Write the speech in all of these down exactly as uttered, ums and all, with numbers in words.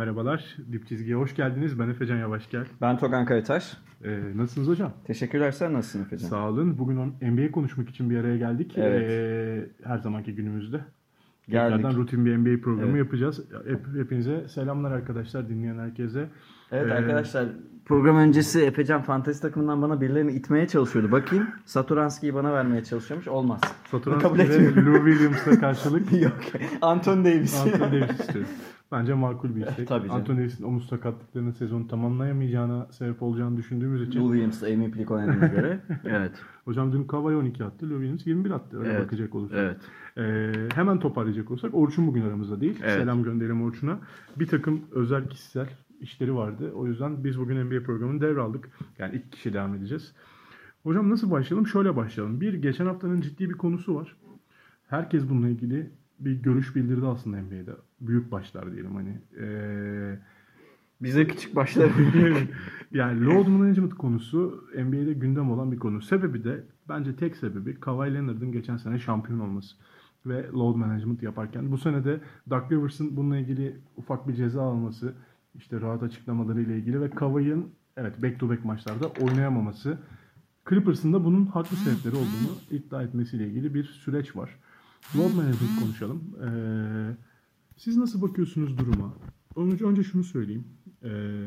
Merhabalar, Dip Çizgi'ye hoş geldiniz. Ben Efecan Yavaşgel. Ben Togan Karataş. Ee, nasılsınız hocam? Teşekkürler, sen nasılsın Efecan? Sağ olun. Bugün N B A konuşmak için bir araya geldik. Evet. Ee, her zamanki günümüzde. Geldik. Tekrardan rutin bir N B A programı Evet. yapacağız. Hep, hepinize selamlar arkadaşlar, dinleyen herkese. Evet Ee, arkadaşlar, program öncesi Efecan Fantezi takımından bana birilerini itmeye çalışıyordu. Bakayım, Satoranski'yi bana vermeye çalışıyormuş. Olmaz. Satoranski ve Lou Williams'a karşılık Yok. Anthony Davis. Anthony Davis istiyorum. Bence makul bir istek. Tabii canım. Anthony Davis'in omuz sakatlıklarının sezonu tamamlayamayacağına sebep olacağını düşündüğümüz için. Lou Williams'la M V P'lik oynadığına göre. Evet. Hocam dün Kawhi on iki attı, Lou Williams yirmi bir attı. Öyle Evet. bakacak olursak. Evet. Ee, hemen toparlayacak olursak Orçun bugün aramızda değil. Evet. Selam gönderelim Orçun'a. Bir takım özel kişisel işleri vardı. O yüzden biz bugün N B A programını devraldık. Yani ilk kişi devam edeceğiz. Hocam nasıl başlayalım? Şöyle başlayalım. Bir, geçen haftanın ciddi bir konusu var. Herkes bununla ilgili bir görüş bildirdi aslında N B A'de. Büyük başlar diyelim hani. Ee, Bize küçük başlar. yani load management konusu N B A'de gündem olan bir konu. Sebebi de bence tek sebebi Kawhi Leonard'ın geçen sene şampiyon olması ve load management yaparken. Bu sene de Doc Rivers'ın bununla ilgili ufak bir ceza alması, işte rahat açıklamaları ile ilgili ve Kawhi'nin evet back to back maçlarda oynayamaması, Clippers'ın da bunun haklı sebepleri olduğunu iddia etmesiyle ilgili bir süreç var. Load management konuşalım. Ee, siz nasıl bakıyorsunuz duruma? Önce, önce şunu söyleyeyim. Ee,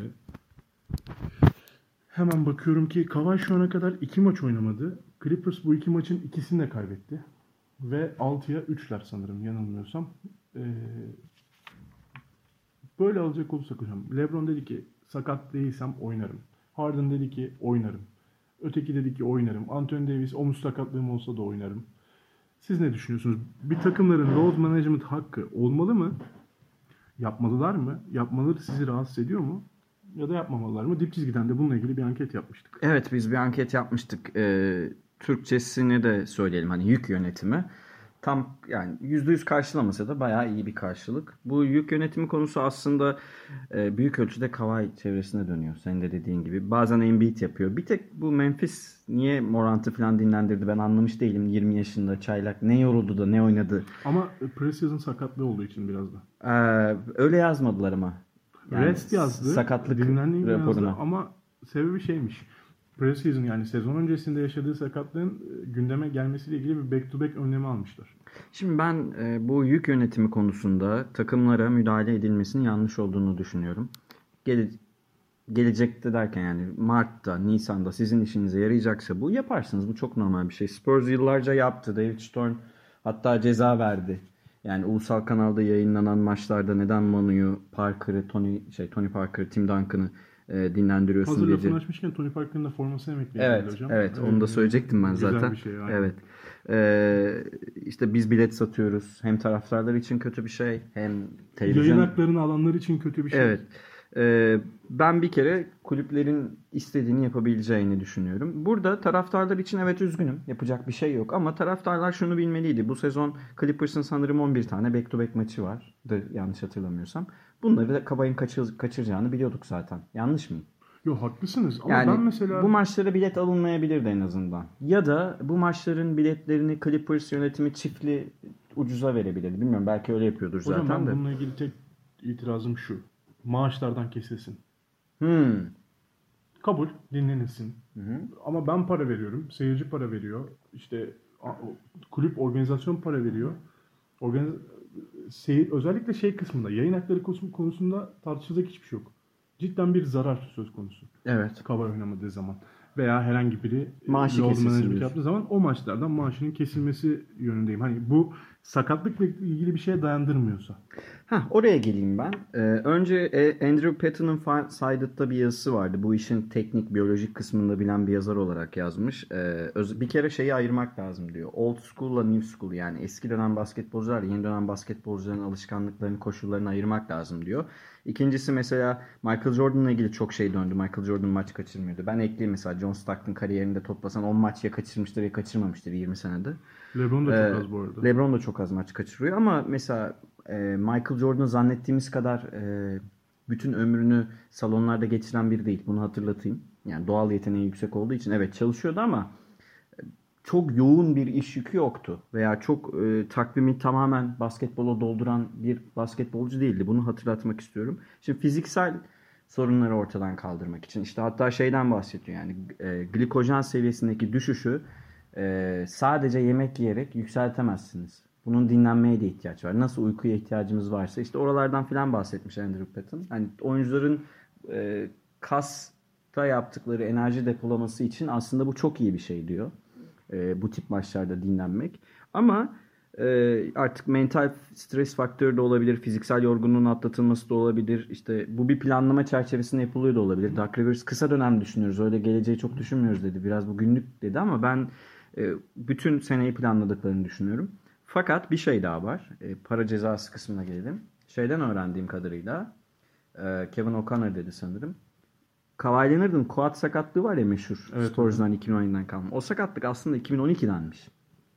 hemen bakıyorum ki Kawhi şu ana kadar iki maç oynamadı. Clippers bu iki maçın ikisini de kaybetti. Ve altıya üçler sanırım yanılmıyorsam. Ee, böyle alacak olursak hocam. LeBron dedi ki sakat değilsem oynarım. Harden dedi ki oynarım. Öteki dedi ki oynarım. Anthony Davis omuz sakatlığım olsa da oynarım. Siz ne düşünüyorsunuz? Bir takımların load management hakkı olmalı mı? Yapmalılar mı? Yapmaları sizi rahatsız ediyor mu? Ya da yapmamalılar mı? Dip Çizgi'den de bununla ilgili bir anket yapmıştık. Evet, biz bir anket yapmıştık. Ee, Türkçesini de söyleyelim, hani yük yönetimi. Tam yani yüzde yüz karşılamasa da bayağı iyi bir karşılık. Bu yük yönetimi konusu aslında e, büyük ölçüde Kawhi çevresine dönüyor. Senin de dediğin gibi. Bazen Embiid yapıyor. Bir tek bu Memphis niye Morant'ı falan dinlendirdi ben anlamış değilim. yirmi yaşında çaylak. Ne yoruldu da ne oynadı. Ama Preciouse'un sakatlığı olduğu için biraz da. Ee, öyle yazmadılar ama. Yani Rest yazdı. Sakatlık raporuna. Ama sebebi şeymiş. Preseason yani sezon öncesinde yaşadığı sakatlığın gündeme gelmesiyle ilgili bir back to back önlemi almışlar. Şimdi ben e, bu yük yönetimi konusunda takımlara müdahale edilmesinin yanlış olduğunu düşünüyorum. Gele, gelecekte derken yani Mart'ta, Nisan'da sizin işinize yarayacaksa bu yaparsınız. Bu çok normal bir şey. Spurs yıllarca yaptı. David Stern hatta ceza verdi. Yani ulusal kanalda yayınlanan maçlarda neden Manu'yu, Parker'ı, Tony şey Tony Parker'ı, Tim Duncan'ı e, dinlendiriyorsun Hazır diye. lafını açmışken Tony Parker'ın da formasını emekli evet, hocam. Evet, onu da söyleyecektim ben Güzel zaten. Bir şey, evet. Ee, işte biz bilet satıyoruz. Hem taraftarlar için kötü bir şey, hem televizyon. Yayın haklarını alanlar için kötü bir şey. Evet. Ee, ben bir kere kulüplerin istediğini yapabileceğini düşünüyorum. Burada taraftarlar için evet üzgünüm. Yapacak bir şey yok. Ama taraftarlar şunu bilmeliydi. Bu sezon Clippers'ın sanırım on bir tane back to back maçı vardı. Yanlış hatırlamıyorsam. Bunları da Kawhi'nin kaçır, kaçıracağını biliyorduk zaten. Yanlış mıyım? Yok haklısınız ama yani ben mesela... bu maçlara bilet alınmayabilirdi en azından. Ya da bu maçların biletlerini Clippers yönetimi çiftli ucuza verebilirdi. Bilmiyorum, belki öyle yapıyordur Hocam zaten ben de. bununla ilgili tek itirazım şu. Maaşlardan kesilsin. Hmm. Kabul, dinlenilsin. Hı hı. Ama ben para veriyorum, seyirci para veriyor, işte kulüp organizasyon para veriyor. Organiz seyir, özellikle şey kısmında, yayın hakları konusunda tartışılacak hiçbir şey yok. Cidden bir zarar söz konusu. Evet. Kawhi oynamadığı zaman veya herhangi biri maaşı kesilsin yaptığı zaman o maçlardan maaşının kesilmesi yönündeyim. Hani bu sakatlıkla ilgili bir şeye dayandırmıyorsa. Heh, oraya geleyim ben. Ee, önce Andrew Patton'ın Sided'da bir yazısı vardı. Bu işin teknik, biyolojik kısmında bilen bir yazar olarak yazmış. Ee, bir kere şeyi ayırmak lazım diyor. Old school'la new school, yani eski dönem basketbolcular, yeni dönem basketbolcuların alışkanlıklarını, koşullarını ayırmak lazım diyor. İkincisi mesela Michael Jordan'la ilgili çok şey döndü. Michael Jordan maç kaçırmıyordu. Ben ekleyeyim mesela John Stockton kariyerinde toplasan on maç ya kaçırmıştır ya kaçırmamıştır yirmi senede. LeBron da çok ee, az bu arada. LeBron da çok az maç kaçırıyor ama mesela e, Michael Jordan zannettiğimiz kadar e, bütün ömrünü salonlarda geçiren biri değil. Bunu hatırlatayım. Yani doğal yeteneği yüksek olduğu için evet çalışıyordu ama çok yoğun bir iş yükü yoktu. Veya çok e, takvimi tamamen basketbola dolduran bir basketbolcu değildi. Bunu hatırlatmak istiyorum. Şimdi fiziksel sorunları ortadan kaldırmak için işte hatta şeyden bahsediyor yani e, glikojen seviyesindeki düşüşü e, sadece yemek yiyerek yükseltemezsiniz. Bunun dinlenmeye de ihtiyaç var. Nasıl uykuya ihtiyacımız varsa işte oralardan filan bahsetmiş Andrew Patton. Hani oyuncuların e, kasta yaptıkları enerji depolaması için aslında bu çok iyi bir şey diyor. E, bu tip maçlarda dinlenmek. Ama e, artık mental stres faktörü de olabilir, fiziksel yorgunluğun atlatılması da olabilir. İşte bu bir planlama çerçevesinde yapılıyor da olabilir. Doug Rivers kısa dönem düşünüyoruz, öyle geleceği çok düşünmüyoruz dedi. Biraz bu günlük dedi ama ben e, bütün seneyi planladıklarını düşünüyorum. Fakat bir şey daha var. E, para cezası kısmına gelelim. Şeyden öğrendiğim kadarıyla e, Kevin O'Connor dedi sanırım. Kawhi Leonard'ın quad sakatlığı var ya meşhur. Evet, Spurs'dan iki bin on yediden kalma. O sakatlık aslında iki bin on ikidenmiş.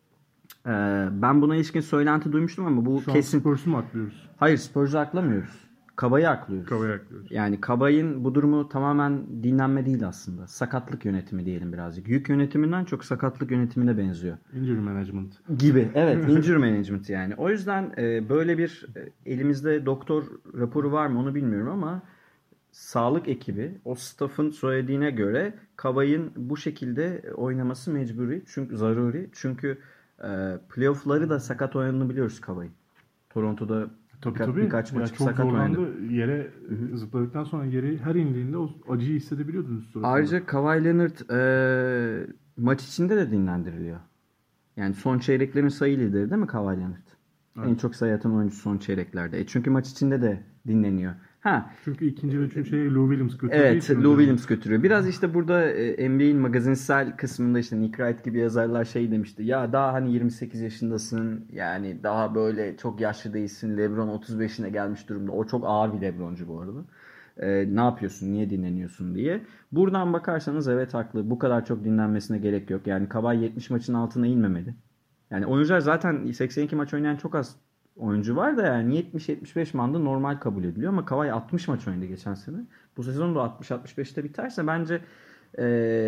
Ee, ben buna ilişkin söylenti duymuştum ama bu Şu kesin. an Spurs'u mu aklıyoruz? Hayır, Spurs'u aklamıyoruz. Kawhi'yi aklıyoruz. Kavaya aklıyoruz. Yani Kawhi'nin bu durumu tamamen dinlenme değil aslında. Sakatlık yönetimi diyelim birazcık. Yük yönetiminden çok sakatlık yönetimine benziyor. Injury management. Gibi. Evet, injury management yani. O yüzden e, böyle bir e, elimizde doktor raporu var mı onu bilmiyorum ama sağlık ekibi o staff'ın söylediğine göre Kawhi'nin bu şekilde oynaması mecburi. Çünkü zaruri. Çünkü e, playoff'ları da sakat oynadığını biliyoruz Kawhi. Toronto'da Tabii birka- tabii. birkaç Ya maç çok sakat oynadı. zorlandı. Yere Hı-hı. zıpladıktan sonra yere her indiğinde o acıyı hissedebiliyordunuz suratında. Ayrıca Kawhi Leonard e, maç içinde de dinlendiriliyor. Yani son çeyreklerin sayı lideri değil mi Kawhi Leonard? Evet. En çok sayı atan oyuncu son çeyreklerde. E çünkü maç içinde de dinleniyor. Ha. Çünkü ikinci ve üçüncü şeyi Lou Williams götürüyor. Evet, Lou Williams götürüyor. Biraz işte burada e, N B A'in magazinsel kısmında işte Nick Wright gibi yazarlar şey demişti. Ya daha hani yirmi sekiz yaşındasın. Yani daha böyle çok yaşlı değilsin. LeBron otuz beşine gelmiş durumda. O çok ağır bir LeBroncu bu arada. E, ne yapıyorsun? Niye dinleniyorsun diye. Buradan bakarsanız evet haklı. Bu kadar çok dinlenmesine gerek yok. Yani Kawhi yetmiş maçın altına inmemeli. Yani oyuncular zaten seksen iki maç oynayan çok az oyuncu var da yani yetmiş yetmiş beş bandı normal kabul ediliyor ama Kawhi altmış maç oynadı geçen sene. Bu sezon da altmış altmış beşte biterse bence e,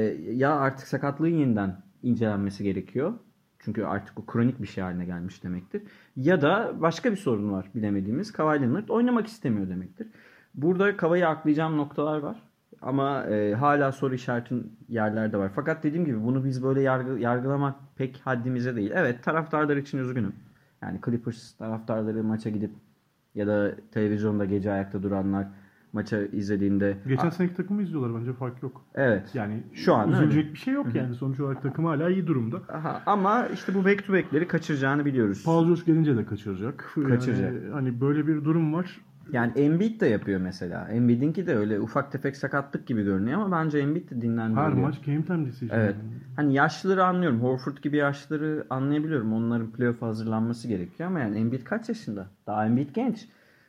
ya artık sakatlığın yeniden incelenmesi gerekiyor. Çünkü artık o kronik bir şey haline gelmiş demektir. Ya da başka bir sorun var bilemediğimiz. Kawhi Leonard oynamak istemiyor demektir. Burada Kawhi'yi aklayacağım noktalar var. Ama e, hala soru işaretin yerlerde var. Fakat dediğim gibi bunu biz böyle yargı, yargılamak pek haddimize değil. Evet, taraftarlar için üzgünüm. Yani Clippers taraftarları maça gidip ya da televizyonda gece ayakta duranlar maça izlediğinde... Geçen seneki takımı izliyorlar, bence fark yok. Evet. Yani şu an üzülecek öyle bir şey yok Hı-hı. yani. Sonuç olarak takım hala iyi durumda. Aha, ama işte bu back to back'leri kaçıracağını biliyoruz. Paul George gelince de kaçıracak. Kaçıracak. Yani, hani böyle bir durum var. Yani Embiid de yapıyor mesela. Embiid'inki de öyle ufak tefek sakatlık gibi görünüyor ama bence Embiid de dinlendiriyor. Her maç game time decision. Evet. Hani yaşlıları anlıyorum. Horford gibi yaşlıları anlayabiliyorum. Onların playoff hazırlanması gerekiyor ama yani Embiid kaç yaşında? Daha Embiid genç.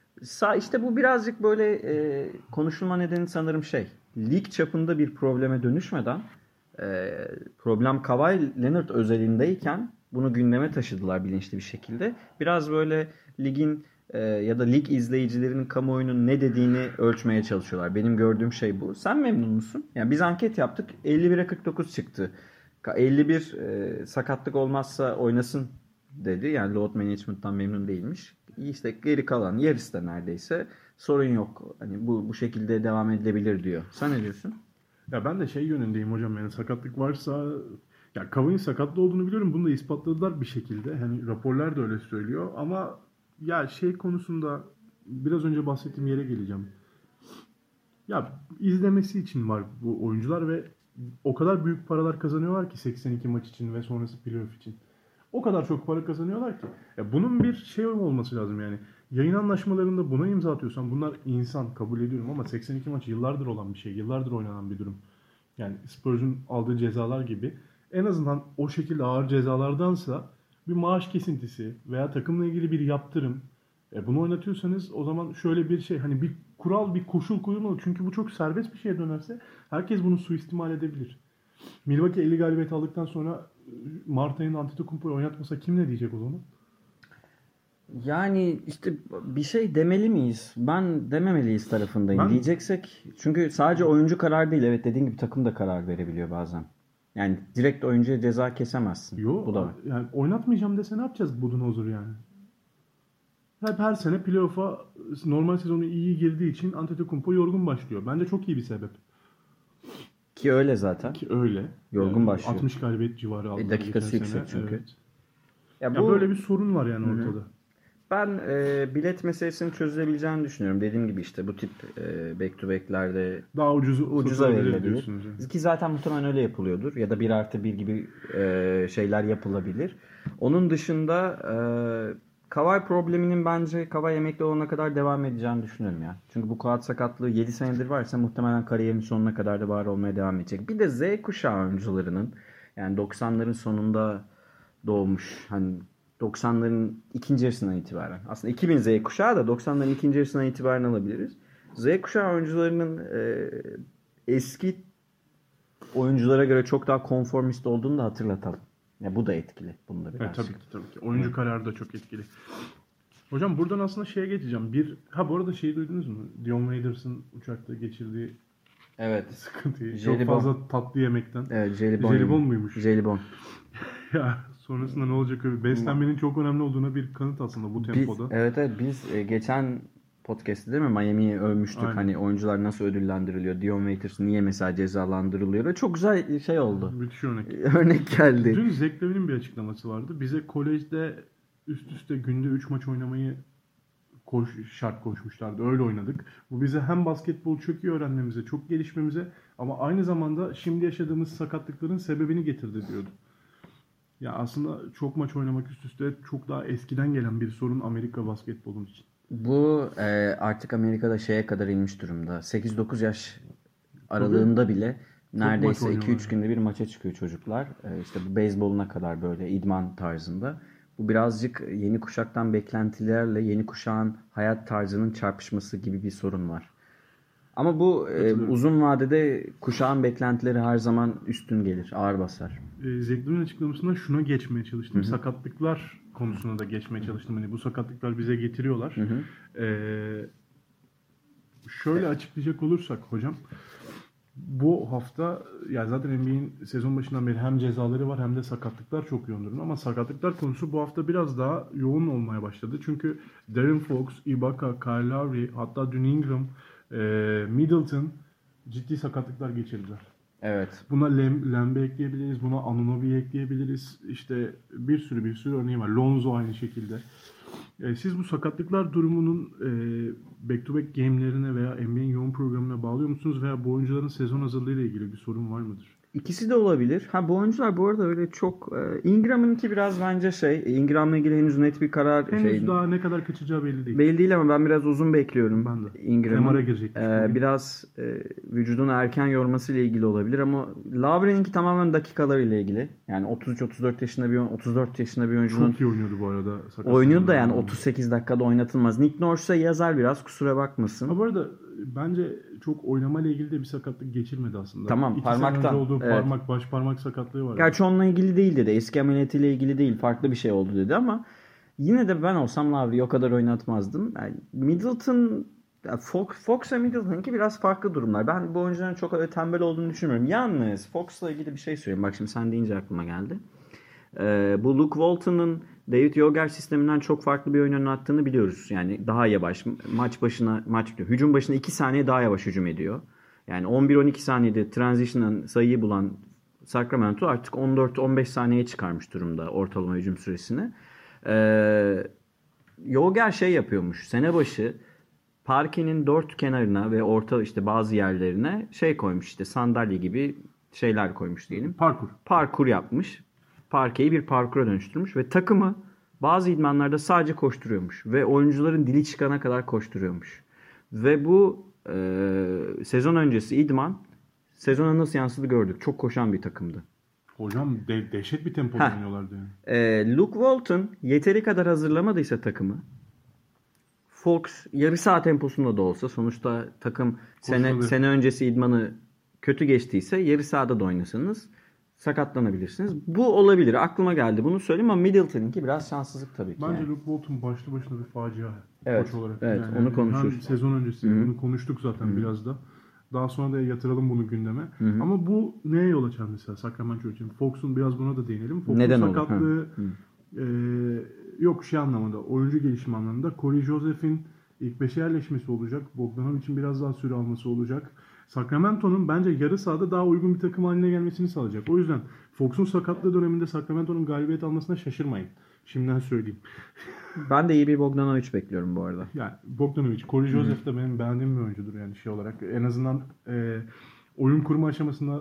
Sa işte bu birazcık böyle e, konuşulma nedeni sanırım şey. Lig çapında bir probleme dönüşmeden e, problem Kawhi Leonard özelindeyken bunu gündeme taşıdılar bilinçli bir şekilde. Biraz böyle ligin ya da lig izleyicilerinin kamuoyunun ne dediğini ölçmeye çalışıyorlar. Benim gördüğüm şey bu. Sen memnun musun? Yani biz anket yaptık. elli bire kırk dokuz çıktı. elli bir e, sakatlık olmazsa oynasın dedi. Yani load management'tan memnun değilmiş. İşte geri kalan yarısı da neredeyse sorun yok. Hani bu bu şekilde devam edilebilir diyor. Sen ne diyorsun? Ya ben de şey yönündeyim hocam. Yani sakatlık varsa, ya Kawhi'nin sakatlı olduğunu biliyorum. Bunu da ispatladılar bir şekilde. Hani raporlar da öyle söylüyor ama ya şey konusunda biraz önce bahsettiğim yere geleceğim. Ya izlemesi için var bu oyuncular ve o kadar büyük paralar kazanıyorlar ki seksen iki maç için ve sonrası playoff için. O kadar çok para kazanıyorlar ki. Ya bunun bir şey olması lazım yani. Yayın anlaşmalarında buna imza atıyorsan bunlar insan, kabul ediyorum ama seksen iki maç yıllardır olan bir şey. Yıllardır oynanan bir durum. Yani Spurs'un aldığı cezalar gibi. En azından o şekilde ağır cezalardansa bir maaş kesintisi veya takımla ilgili bir yaptırım. E bunu oynatıyorsanız o zaman şöyle bir şey, hani bir kural, bir koşul koyulmalı. Çünkü bu çok serbest bir şeye dönerse herkes bunu suistimal edebilir. Milwaukee elli galibiyet aldıktan sonra Mart ayında Antetokounmpo'yu oynatmasa kim ne diyecek o zaman? Yani işte bir şey demeli miyiz? Ben dememeliyiz tarafındayım. Ben... Diyeceksek çünkü sadece oyuncu karar değil. Evet, dediğin gibi takım da karar verebiliyor bazen. Yani direkt oyuncuya ceza kesemezsin. Yok. Bu da var. Yani oynatmayacağım dese ne yapacağız Budenholzer yani? Hep her sene playoff'a normal sezonu iyi girdiği için Antetokounmpo yorgun başlıyor. Bence çok iyi bir sebep. Ki öyle zaten. Ki öyle. Yorgun yani başlıyor. altmış galibiyet civarı aldı. E, dakikası yüksek çünkü. Evet. Ya, Ya bu, böyle bir sorun var yani Hı-hı. ortada. Ben e, bilet meselesini çözülebileceğini düşünüyorum. Dediğim gibi işte bu tip e, back to back'lerde daha ucuz ucuza verilebilir. Yani. Ki zaten muhtemelen öyle yapılıyordur. Ya da bir artı bir gibi e, şeyler yapılabilir. Onun dışında e, Kawhi probleminin bence Kawhi emekli olana kadar devam edeceğini düşünüyorum ya. Çünkü bu Kawhi sakatlığı yedi senedir varsa muhtemelen kariyerinin sonuna kadar da var olmaya devam edecek. Bir de Z kuşağı oyuncularının yani doksanların sonunda doğmuş hani doksanların ikinci yarısından itibaren. Aslında iki bin Z kuşağı da doksanların ikinci yarısından itibaren alabiliriz. Z kuşağı oyuncularının e, eski oyunculara göre çok daha konformist olduğunu da hatırlatalım. Ya bu da etkili. Bunu da evet, tabii ki tabii ki. Oyuncu evet. kararı da çok etkili. Hocam buradan aslında şeye geçeceğim. Bir ha bu arada şeyi duydunuz mu? Dion Waiters'ın uçakta geçirdiği evet. sıkıntıyı. Jelibon. Çok fazla tatlı yemekten. Evet, jelibon. Jelibon muymuş? Jelibon. Ya sonrasında ne olacak öyle? Beslenmenin çok önemli olduğuna bir kanıt aslında bu tempoda. Biz, evet evet biz e, geçen podcast'te değil mi Miami'yi övmüştük. Aynen. Hani oyuncular nasıl ödüllendiriliyor? Dion Waiters niye mesela cezalandırılıyor? Ve çok güzel şey oldu. Müthiş örnek. Örnek geldi. Dün Zach Lavine'in bir açıklaması vardı. Bize kolejde üst üste günde üç maç oynamayı koş, şart koşmuşlardı. Öyle oynadık. Bu bize hem basketbol çok iyi öğrenmemize, çok gelişmemize ama aynı zamanda şimdi yaşadığımız sakatlıkların sebebini getirdi diyordu. Ya aslında çok maç oynamak üst üste çok daha eskiden gelen bir sorun Amerika basketbolun için. Bu e, artık Amerika'da şeye kadar inmiş durumda. sekiz dokuz yaş aralığında Tabii, bile neredeyse iki üç günde bir maça çıkıyor çocuklar. E, işte bu beyzboluna kadar böyle idman tarzında. Bu birazcık yeni kuşaktan beklentilerle yeni kuşağın hayat tarzının çarpışması gibi bir sorun var. Ama bu e, uzun vadede kuşağın beklentileri her zaman üstün gelir, ağır basar. E, Zekler'in açıklamasında şuna geçmeye çalıştım. Hı-hı. Sakatlıklar konusuna da geçmeye çalıştım. Hani bu sakatlıklar bize getiriyorlar. E, şöyle açıklayacak olursak hocam, bu hafta ya zaten N B A'in sezon başından beri hem cezaları var hem de sakatlıklar çok yoğun durumda. Ama sakatlıklar konusu bu hafta biraz daha yoğun olmaya başladı. Çünkü De'Aaron Fox, Ibaka, Kyle Lowry, hatta dün Ingram, Middleton ciddi sakatlıklar geçirdiler. Evet. Buna Lem, Lembe ekleyebiliriz, buna Anunoby'yi ekleyebiliriz. İşte bir sürü bir sürü örneği var. Lonzo aynı şekilde. E, siz bu sakatlıklar durumunun e, back to back game'lerine veya N B A'in yoğun programına bağlıyor musunuz veya bu oyuncuların sezon hazırlığıyla ilgili bir sorun var mıdır? İkisi de olabilir. Ha bu oyuncular bu arada öyle çok e, Ingram'ınki biraz bence şey Ingram'la ilgili henüz net bir karar henüz şey, daha ne kadar kaçacağı belli değil. Belli değil ama ben biraz uzun bekliyorum. Ben de. Ingram'ın e, biraz e, vücudunu erken yorması ile ilgili olabilir ama Lowry'ninki tamamen dakikalarıyla ilgili. Yani otuz üç otuz dört yaşında bir otuz dört yaşında bir oyuncunun çok iyi oynuyordu bu arada. Oynuyordu da yani otuz sekiz dakikada oynatılmaz. Nick Nurse'a yazar biraz kusura bakmasın. Ha bu arada bence çok oynama ile ilgili de bir sakatlık geçirmedi aslında. Tamam, İki parmaktan. sene önce olduğu evet. parmak, baş parmak sakatlığı var. Gerçi onunla ilgili değil dedi. Eski ameliyatıyla ilgili değil. Farklı bir şey oldu dedi ama yine de ben olsam Lowry'i o kadar oynatmazdım. Yani Middleton, Fox, Fox ve Middleton'ki biraz farklı durumlar. Ben bu oyuncuların çok öyle tembel olduğunu düşünmüyorum. Yalnız Fox'la ilgili bir şey söyleyeyim. Bak şimdi sen deyince aklıma geldi. Ee, bu Luke Walton'ın David Yoger sisteminden çok farklı bir oyun oynattığını biliyoruz. Yani daha yavaş. Maç başına, maç diyor. Hücum başına iki saniye daha yavaş hücum ediyor. Yani on bir on iki saniyede transition'dan sayıyı bulan Sacramento artık on dört on beş saniyeye çıkarmış durumda ortalama hücum süresini. Ee, Yoger şey yapıyormuş. Sene başı parkenin dört kenarına ve orta işte bazı yerlerine şey koymuş işte sandalye gibi şeyler koymuş diyelim. Parkur. Parkur yapmış. Parkeyi bir parkura dönüştürmüş ve takımı bazı idmanlarda sadece koşturuyormuş. Ve oyuncuların dili çıkana kadar koşturuyormuş. Ve bu e, sezon öncesi idman sezona nasıl yansıdı gördük. Çok koşan bir takımdı. Hocam de- dehşet bir tempoda oynuyorlardı yani. E, Luke Walton yeteri kadar hazırlamadıysa takımı Fox yarı saat temposunda da olsa sonuçta takım sene, sene öncesi idmanı kötü geçtiyse yarı sahada da oynasanız sakatlanabilirsiniz. Bu olabilir. Aklıma geldi. Bunu söyleyeyim ama Middleton'ınki biraz şanssızlık tabii ki. Bence yani. Luke Walton başlı başına bir facia. Evet. Koç olarak. Evet. Yani onu konuşuruz. Hem sezon öncesi Hı-hı. bunu konuştuk zaten Hı-hı. biraz da. Daha sonra da yatıralım bunu gündeme. Hı hı. Ama bu neye yol açar mesela Sacramento için? Fox'un biraz buna da değinelim. Fox'un Neden olur? sakatlığı e, yok şey anlamında, oyuncu gelişimi anlamında. Corey Joseph'in ilk beşe yerleşmesi olacak. Bogdanovic'in biraz daha süre alması olacak. Sacramento'nun bence yarı sahada daha uygun bir takım haline gelmesini sağlayacak. O yüzden Fox'un sakatlığı döneminde Sacramento'nun galibiyet almasına şaşırmayın. Şimdiden söyleyeyim. Ben de iyi bir Bogdanovic bekliyorum bu arada. Yani Bogdanovic, Corey Joseph de benim beğendiğim bir oyuncudur yani şey olarak. En azından e, oyun kurma aşamasında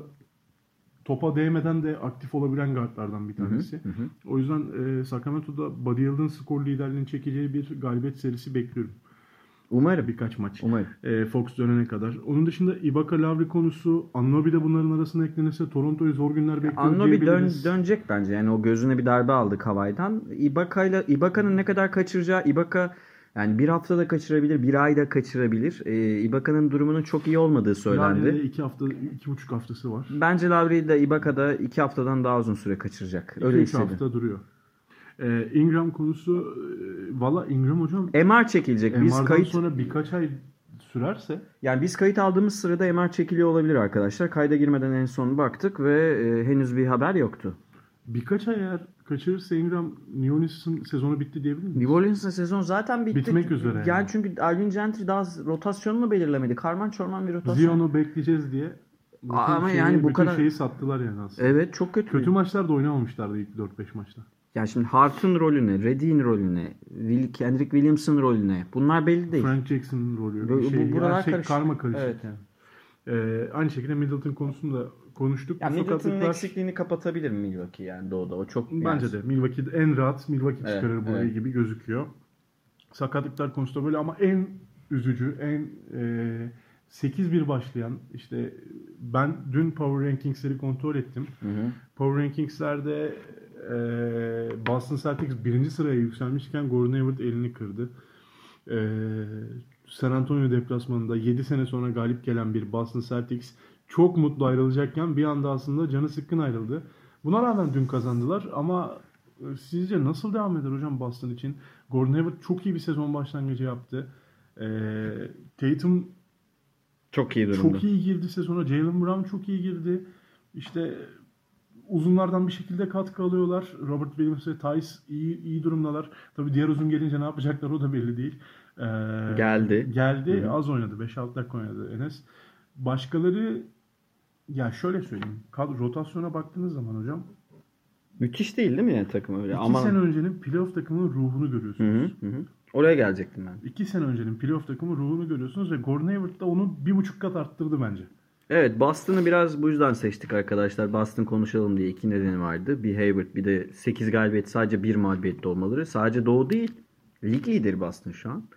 topa değmeden de aktif olabilen guardlardan bir tanesi. Hı hı. O yüzden e, Sacramento'da Buddy Hield'ın skor liderliğini çekeceği bir galibiyet serisi bekliyorum. Umarım. Birkaç maç. Umarım. E, Fox dönene kadar. Onun dışında Ibaka Lavri konusu, Anunoby de bunların arasına eklenirse Toronto'yu zor günler bekliyor Anunoby dön, diyebiliriz. dönecek bence. Yani o gözüne bir darbe aldı Kawhi'dan. Ibaka'yla Ibaka'nın ne kadar kaçıracağı, Ibaka yani bir haftada kaçırabilir, bir ayda kaçırabilir. Ee, Ibaka'nın durumunun çok iyi olmadığı söylendi. Yani iki hafta, iki buçuk haftası var. Bence Lavri de Ibaka'da iki haftadan daha uzun süre kaçıracak. İki, Öyle üç hissediyorum. hafta duruyor. Ee, Ingram konusu e, valla Ingram hocam M R çekilecek. Biz M R'dan kayıt sonra birkaç ay sürerse yani biz kayıt aldığımız sırada M R çekiliyor olabilir arkadaşlar. Kayda girmeden en son baktık ve e, henüz bir haber yoktu. birkaç ay eğer kaçırırsa Ingram New Orleans'ın sezonu bitti diyebilir miyiz? New Orleans'ın sezon zaten bitti. Bitmek üzere Yani, yani. çünkü Alvin Gentry daha rotasyonunu belirlemedi. Karman çorman bir rotasyon. Zion'u bekleyeceğiz diye bütün Ama şeyi, yani bu bütün kadar- şeyi sattılar yani aslında. Evet, çok kötü. Kötü maçlarda oynamamışlardı ilk dört beş maçta. Yani şimdi Hart'ın rolüne, Reddy'in rolüne, Will, Kendrick Williams'ın rolüne bunlar belli değil. Frank Jackson'ın rolü. Bu- Bir şey, bu- buralar her şey karışık. karma karışık Evet. yani. Ee, aynı şekilde Middleton konusunu da konuştuk. Ya Bu Middleton'ın sakatlıklar eksikliğini kapatabilir mi Milwaukee yani doğuda? O çok bence yani- de Milwaukee en rahat Milwaukee Evet, çıkarır burayı evet. gibi gözüküyor. Sakatlıklar konusunda böyle ama en üzücü, en e, sekiz bir başlayan işte ben dün Power Rankings'leri kontrol ettim. Hı hı. Power Rankings'lerde e, Boston Celtics birinci sıraya yükselmişken Gordon Hayward elini kırdı. E, San Antonio deplasmanında yedi sene sonra galip gelen bir Boston Celtics çok mutlu ayrılacakken bir anda aslında canı sıkkın ayrıldı. Buna rağmen dün kazandılar ama e, sizce nasıl devam eder hocam Boston için? Gordon Hayward çok iyi bir sezon başlangıcı yaptı. E, Tatum Çok iyi durumda. çok iyi girdi sezona. Jaylen Brown çok iyi girdi. İşte uzunlardan bir şekilde katkı alıyorlar. Robert Williams ve Tice iyi, iyi durumdalar. Tabii diğer uzun gelince ne yapacaklar o da belli değil. Ee, Geldi. Geldi. Hı hı. Az oynadı. beş altı dakika oynadı Enes. Başkaları ya şöyle söyleyeyim. Kadro rotasyona baktığınız zaman hocam Müthiş değil değil mi yani takım öyle? iki Ama sene öncenin playoff takımının ruhunu hı görüyorsunuz. hı, hı hı. Oraya gelecektim ben. İki sene öncenin playoff takımı ruhunu görüyorsunuz ve Gordon Hayward da onu bir buçuk kat arttırdı bence. Evet, Boston'ı biraz bu yüzden seçtik arkadaşlar. Boston konuşalım diye iki nedeni vardı. Bir Hayward, bir de sekiz galibiyet, sadece bir mağlubiyette olmaları. Sadece doğu değil. Lig lideri Boston şu an.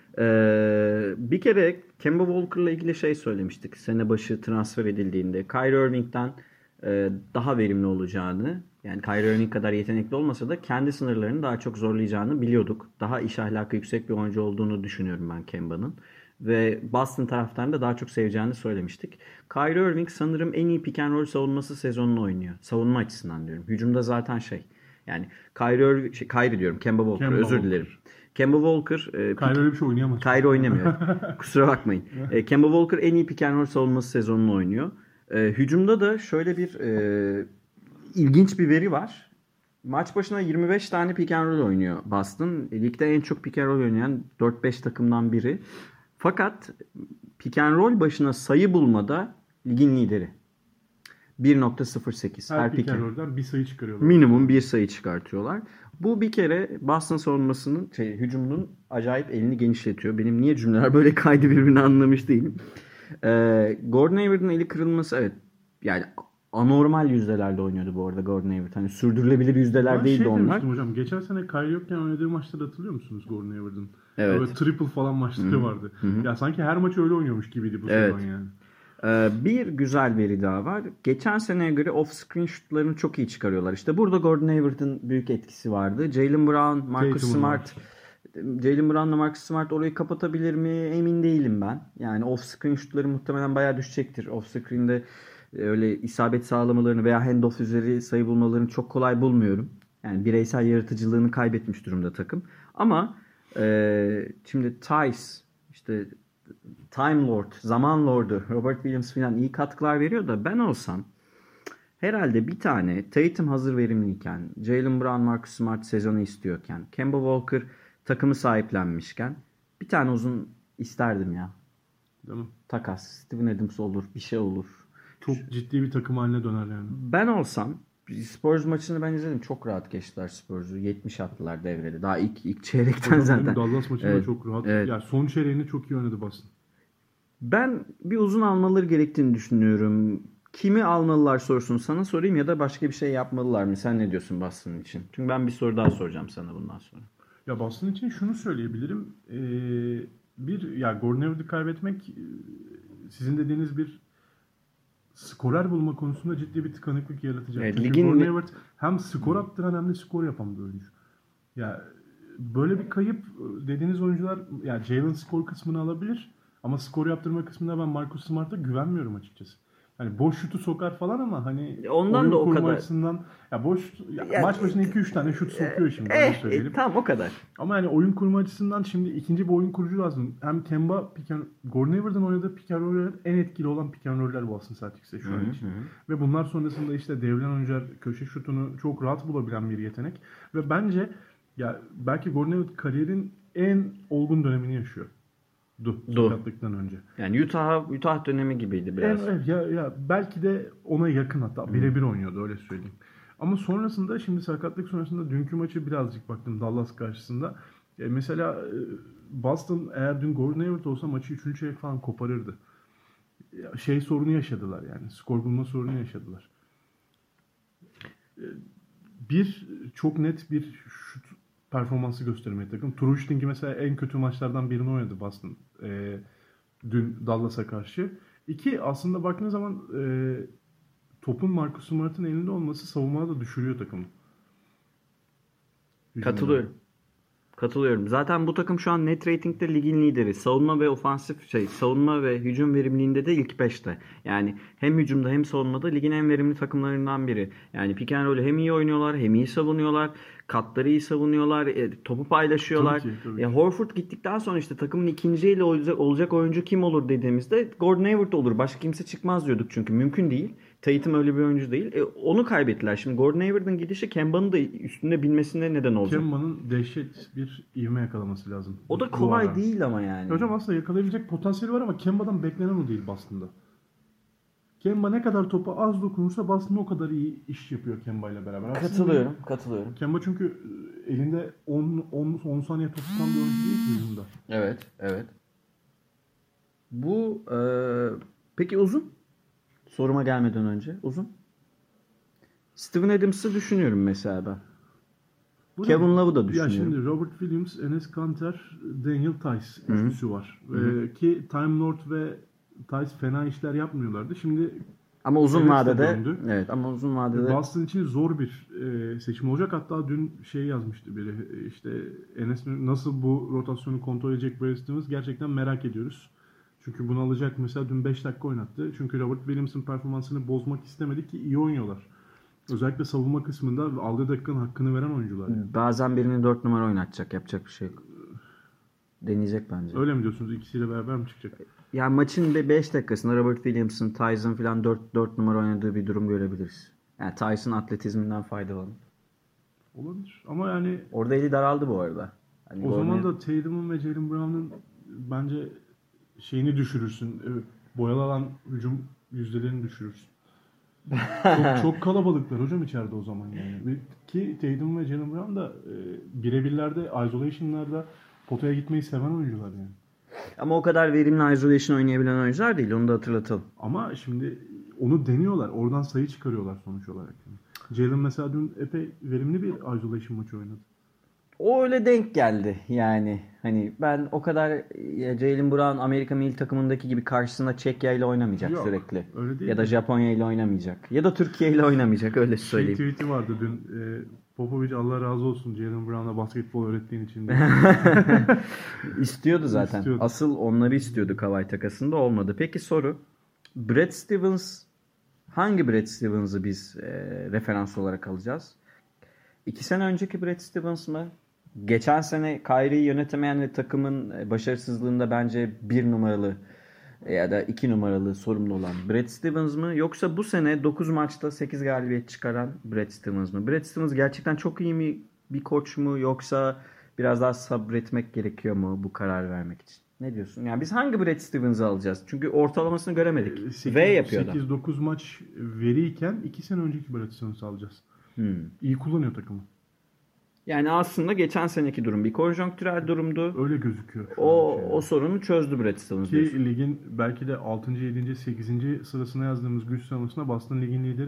Ee, bir kere Kemba Walker'la ilgili şey söylemiştik. Sene başı transfer edildiğinde Kyrie Irving'den e, daha verimli olacağını, yani Kyrie Irving kadar yetenekli olmasa da kendi sınırlarını daha çok zorlayacağını biliyorduk. Daha iş ahlakı yüksek bir oyuncu olduğunu düşünüyorum ben Kemba'nın. Ve Boston taraftarını da daha çok seveceğini söylemiştik. Kyrie Irving sanırım en iyi pick and roll savunması sezonunu oynuyor. Savunma açısından diyorum. Hücumda zaten şey. Yani Kyrie, Irving, şey, Kyrie diyorum. Kemba Walker. Kemba özür Walker. dilerim. Kemba Walker. E, Kyrie öyle bir şey oynayamaz. Kyrie oynamıyor. Kusura bakmayın. E, Kemba Walker en iyi pick and roll savunması sezonunu oynuyor. E, hücumda da şöyle bir e, ilginç bir veri var. Maç başına yirmi beş tane pick and roll oynuyor Boston. Ligde en çok pick and roll oynayan dört beş takımdan biri. Fakat pick and roll başına sayı bulmada ligin lideri. bir nokta sıfır sekiz. Her, Her pick pick and and roll'dan bir sayı çıkarıyorlar. minimum bir sayı çıkartıyorlar. Bu bir kere Boston savunmasının, şey, hücumunun acayip elini genişletiyor. Benim niye cümleler böyle kaydı birbirini anlamış değilim. Ee, Gordon Hayward'ın eli kırılması, evet, yani anormal yüzdelerde oynuyordu bu arada Gordon Hayward. Hani sürdürülebilir yüzdeler Ben değildi şey onlar. demiştim hocam. Geçen sene Kyrie yokken oynadığı maçları hatırlıyor musunuz Gordon Hayward'ın? Evet. Böyle triple falan maçları Hı-hı. vardı. Hı-hı. Ya sanki her maç öyle oynuyormuş gibiydi bu Evet. sezon yani. Ee, bir güzel veri daha var. Geçen seneye göre off-screen şutlarını çok iyi çıkarıyorlar. İşte burada Gordon Hayward'ın büyük etkisi vardı. Jaylen Brown, Marcus Tatum'un Smart. Jaylen Brown'la Marcus Smart orayı kapatabilir mi? Emin değilim ben. Yani off-screen şutları muhtemelen bayağı düşecektir. Off-screen'de öyle isabet sağlamalarını veya handoff üzeri sayı bulmalarını çok kolay bulmuyorum. Yani bireysel yaratıcılığını kaybetmiş durumda takım. Ama e, şimdi Tice, işte Time Lord, Zaman Lord'u Robert Williams falan iyi katkılar veriyor da ben olsam herhalde bir tane Tatum hazır verimliyken, Jaylen Brown, Marcus Smart sezonu istiyorken, Kemba Walker takımı sahiplenmişken bir tane uzun isterdim ya. Değil mi? Takas. Steven Adams olur. Bir şey olur. Çok ciddi bir takım haline döner yani. Ben olsam Spurs maçını ben izledim. Çok rahat geçtiler Spurs'u. yetmiş attılar devrede. Daha ilk ilk çeyrekten Hocam zaten. Dallas maçında Evet, çok rahat. evet. Yani son çeyreğini çok iyi oynadı Boston. Ben bir uzun almaları gerektiğini düşünüyorum. Kimi almalılar sorusunu sana sorayım ya da başka bir şey yapmalılar mı? Sen ne diyorsun Boston için? Çünkü ben bir soru daha soracağım sana bundan sonra. Ya Boston için şunu söyleyebilirim. Ee, bir ya Gordon Hayward'ı kaybetmek sizin dediğiniz bir skorer bulma konusunda ciddi bir tıkanıklık yaratacak. Evet, Çünkü ligin... Gordon Hayward hem skor attıran hem de skor yapan bir oyuncu. Ya böyle bir kayıp dediğiniz oyuncular ya Jalen skor kısmını alabilir ama skor yaptırma kısmında ben Marcus Smart'a güvenmiyorum açıkçası. Hani boş şutu sokar falan ama hani ondan oyun da o kurma kadar açısından ya boş ya ya, maç başına iki üç tane şut sokuyor şimdi eh, öyle söyleyelim. E, tamam o kadar. Ama yani oyun kurma açısından şimdi ikinci bir oyun kurucu lazım. Hem Kemba, pick and, Gordon Hayward'ın oynadığı pick and roll'ler en etkili olan pick and roll'ler Boston Celtics'te şu an için. Ve bunlar sonrasında işte devrilen oyuncular köşe şutunu çok rahat bulabilen bir yetenek. Ve bence ya belki Gordon Hayward kariyerin en olgun dönemini yaşıyor. Du, Du. sakatlıktan önce. Yani Utah Utah dönemi gibiydi biraz. Evet, evet ya, ya belki de ona yakın hatta birebir oynuyordu öyle söyleyeyim. Ama sonrasında şimdi sakatlık sonrasında dünkü maçı birazcık baktım Dallas karşısında. E mesela e, Boston eğer dün Gordon Hayward olsa maçı üçüncü çeyrek falan koparırdı. Ya, şey sorunu yaşadılar yani. Skor bulma sorunu yaşadılar. E, bir çok net bir şut performansı göstermeye takım. True shooting'i mesela en kötü maçlardan birini oynadı Boston. E, dün Dallas'a karşı. İki aslında baktığınız zaman e, topun Marcus Smart'ın elinde olması savunmada da düşürüyor takımı. Katılıyorum. Katılıyorum. Zaten bu takım şu an net rating'de ligin lideri. Savunma ve ofansif şey, savunma ve hücum verimliliğinde de ilk beşte. Yani hem hücumda hem savunmada ligin en verimli takımlarından biri. Yani pick and roll'ü hem iyi oynuyorlar, hem iyi savunuyorlar. Katları iyi savunuyorlar, e, topu paylaşıyorlar. Tabii ki, tabii ki. E, Horford gittikten sonra işte takımın ikinci eli olacak, olacak oyuncu kim olur dediğimizde Gordon Hayward olur. Başka kimse çıkmaz diyorduk çünkü mümkün değil. Tatum öyle bir oyuncu değil. E, onu kaybettiler. Şimdi Gordon Hayward'ın gidişi Kemba'nın da üstünde bilmesine neden olacak. Kemba'nın dehşet bir ivme yakalaması lazım. O da Bu kolay ara. değil ama yani. Hocam aslında yakalayabilecek potansiyeli var ama Kemba'dan beklenen o değil Boston'da. Kemba ne kadar topa az dokunursa Boston o kadar iyi iş yapıyor Kemba ile beraber. Aslında Katılıyorum, katılıyorum. Kemba çünkü elinde on, on, on saniye top tutan bir oyuncu değil ki hücumda. Evet, evet. Bu e, peki uzun? Soruma gelmeden önce uzun. Steven Adams'ı düşünüyorum mesela ben. Bu Kevin da- Love'ı da Ya düşünüyorum. şimdi Robert Williams, Enes Kanter, Daniel Tice üçlüsü var. Ee, ki Time Lord ve Tice fena işler yapmıyorlardı. Şimdi Ama uzun Enes de vadede döndü. evet ama uzun vadede Boston için zor bir e, seçim olacak. Hatta dün şey yazmıştı biri. e, işte Enes nasıl bu rotasyonu kontrol edecek Brad Stevens gerçekten merak ediyoruz. Çünkü bunu alacak mesela dün beş dakika oynattı. Çünkü Robert Williams'ın performansını bozmak istemedi ki iyi oynuyorlar. Özellikle savunma kısmında aldığı dakikanın hakkını veren oyuncular. yani. bazen birini dört numara oynatacak. Yapacak bir şey yok. Deneyecek bence. Öyle mi diyorsunuz? İkisiyle beraber mi çıkacak? Yani maçın beş dakikasında Robert Williams'ın, Tyson falan dört dört numara oynadığı bir durum görebiliriz. Yani Tyson atletizminden faydalanır. Olabilir. Ama yani Orada eli daraldı bu arada. Hani o Gordon- zaman da Tatum'un ve Jaylen Brown'un bence şeyini düşürürsün. Evet, boyalı alan hücum yüzdelerini düşürürsün. çok, çok kalabalıklar hocam içeride o zaman yani. Ve ki Tatum ve Jaylen Brown da e, birebirlerde, isolation'larda potaya gitmeyi seven oyuncular yani. Ama o kadar verimli isolation oynayabilen oyuncular değil. Onu da hatırlatalım. Ama şimdi onu deniyorlar. Oradan sayı çıkarıyorlar sonuç olarak. Yani. Jaylen mesela dün epey verimli bir isolation maçı oynadı. O öyle denk geldi yani. Hani ben o kadar ya Jaylen Brown Amerika milli takımındaki gibi karşısında Çekya ile oynamayacak Yok, sürekli. öyle değil Ya da mi? Japonya ile oynamayacak. Ya da Türkiye ile oynamayacak öyle Şey söyleyeyim. tweet'i vardı dün. E, Popovic Allah razı olsun Jaylen Brown'a basketbol öğrettiğin için. diye. İstiyordu zaten. İstiyordu. Asıl onları istiyordu Kawhi takasında olmadı. Peki soru. Brad Stevens hangi Brad Stevens'ı biz e, referans olarak alacağız? İki sene önceki Brad Stevens mı? Geçen sene Kyrie'yi yönetemeyen ve takımın başarısızlığında bence bir numaralı ya da iki numaralı sorumlu olan Brad Stevens mı? Yoksa bu sene dokuz maçta sekiz galibiyet çıkaran Brad Stevens mı? Brad Stevens gerçekten çok iyi mi bir koç mu? Yoksa biraz daha sabretmek gerekiyor mu bu karar vermek için? Ne diyorsun? Yani biz hangi Brad Stevens'ı alacağız? Çünkü ortalamasını göremedik. sekiz, V yapıyor adam. sekiz dokuz maç veriyken iki sene önceki Brad Stevens'ı alacağız. Hmm. İyi kullanıyor takımı. Yani aslında geçen seneki durum bir konjonktürel durumdu. Öyle gözüküyor. O Şey. o sorunu çözdü Brad Stevens. Ki diyorsun. ligin belki de altıncı, yedinci, sekizinci sırasına yazdığımız güç sıralamasında Boston ligin lideri.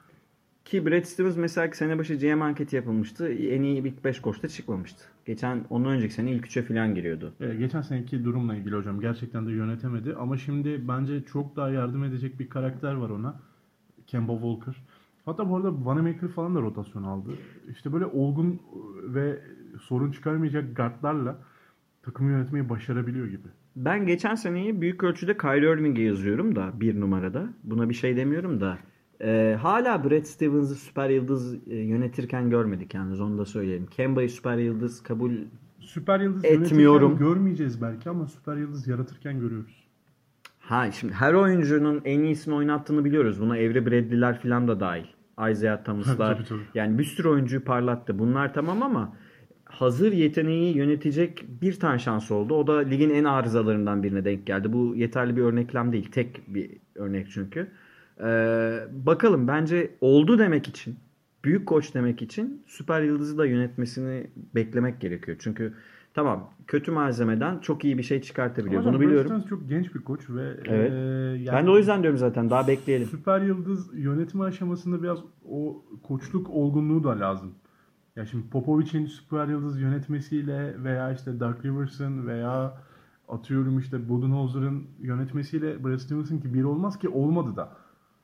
Ki Brad Stevens mesela sene başı G M anketi yapılmıştı. En iyi ilk beş koçta çıkmamıştı. Geçen ondan önceki sene ilk üçe falan giriyordu. Evet, geçen seneki durumla ilgili hocam. Gerçekten de yönetemedi. Ama şimdi bence çok daha yardım edecek bir karakter var ona. Kemba Walker. Hatta bu arada Vanamaker falan da rotasyon aldı. İşte böyle olgun ve sorun çıkarmayacak guardlarla takımı yönetmeyi başarabiliyor gibi. Ben geçen seneyi büyük ölçüde Kyrie Irving'e yazıyorum da bir numarada. Buna bir şey demiyorum da. Ee, hala Brad Stevens'ı süper yıldız e, yönetirken görmedik yalnız onu da söyleyelim. Kemba'yı süper yıldız kabul Süper yıldız etmiyorum. yönetirken görmeyeceğiz belki ama süper yıldız yaratırken görüyoruz. Ha şimdi her oyuncunun en iyisini oynattığını biliyoruz. Buna Avery Bradley'ler falan da dahil. Isaiah Thomas'lar. Tabii, tabii. Yani bir sürü oyuncuyu parlattı. Bunlar tamam ama hazır yeteneği yönetecek bir tane şans oldu. O da ligin en arızalarından birine denk geldi. Bu yeterli bir örneklem değil. Tek bir örnek çünkü. Ee, bakalım bence oldu demek için, büyük koç demek için süper yıldızı da yönetmesini beklemek gerekiyor. Çünkü tamam kötü malzemeden çok iyi bir şey çıkartabiliyor. Ama Bunu biliyorum. Brad Stevens çok genç bir koç ve Evet. e, yani Ben de o yüzden diyorum zaten daha bekleyelim. süper yıldız yönetimi aşamasında biraz o koçluk olgunluğu da lazım. Ya şimdi Popovic'in süper yıldız yönetmesiyle veya işte Doug Rivers'ın veya atıyorum işte Budenholzer'ın yönetmesiyle Brad Stevens'ın ki bir olmaz ki olmadı da.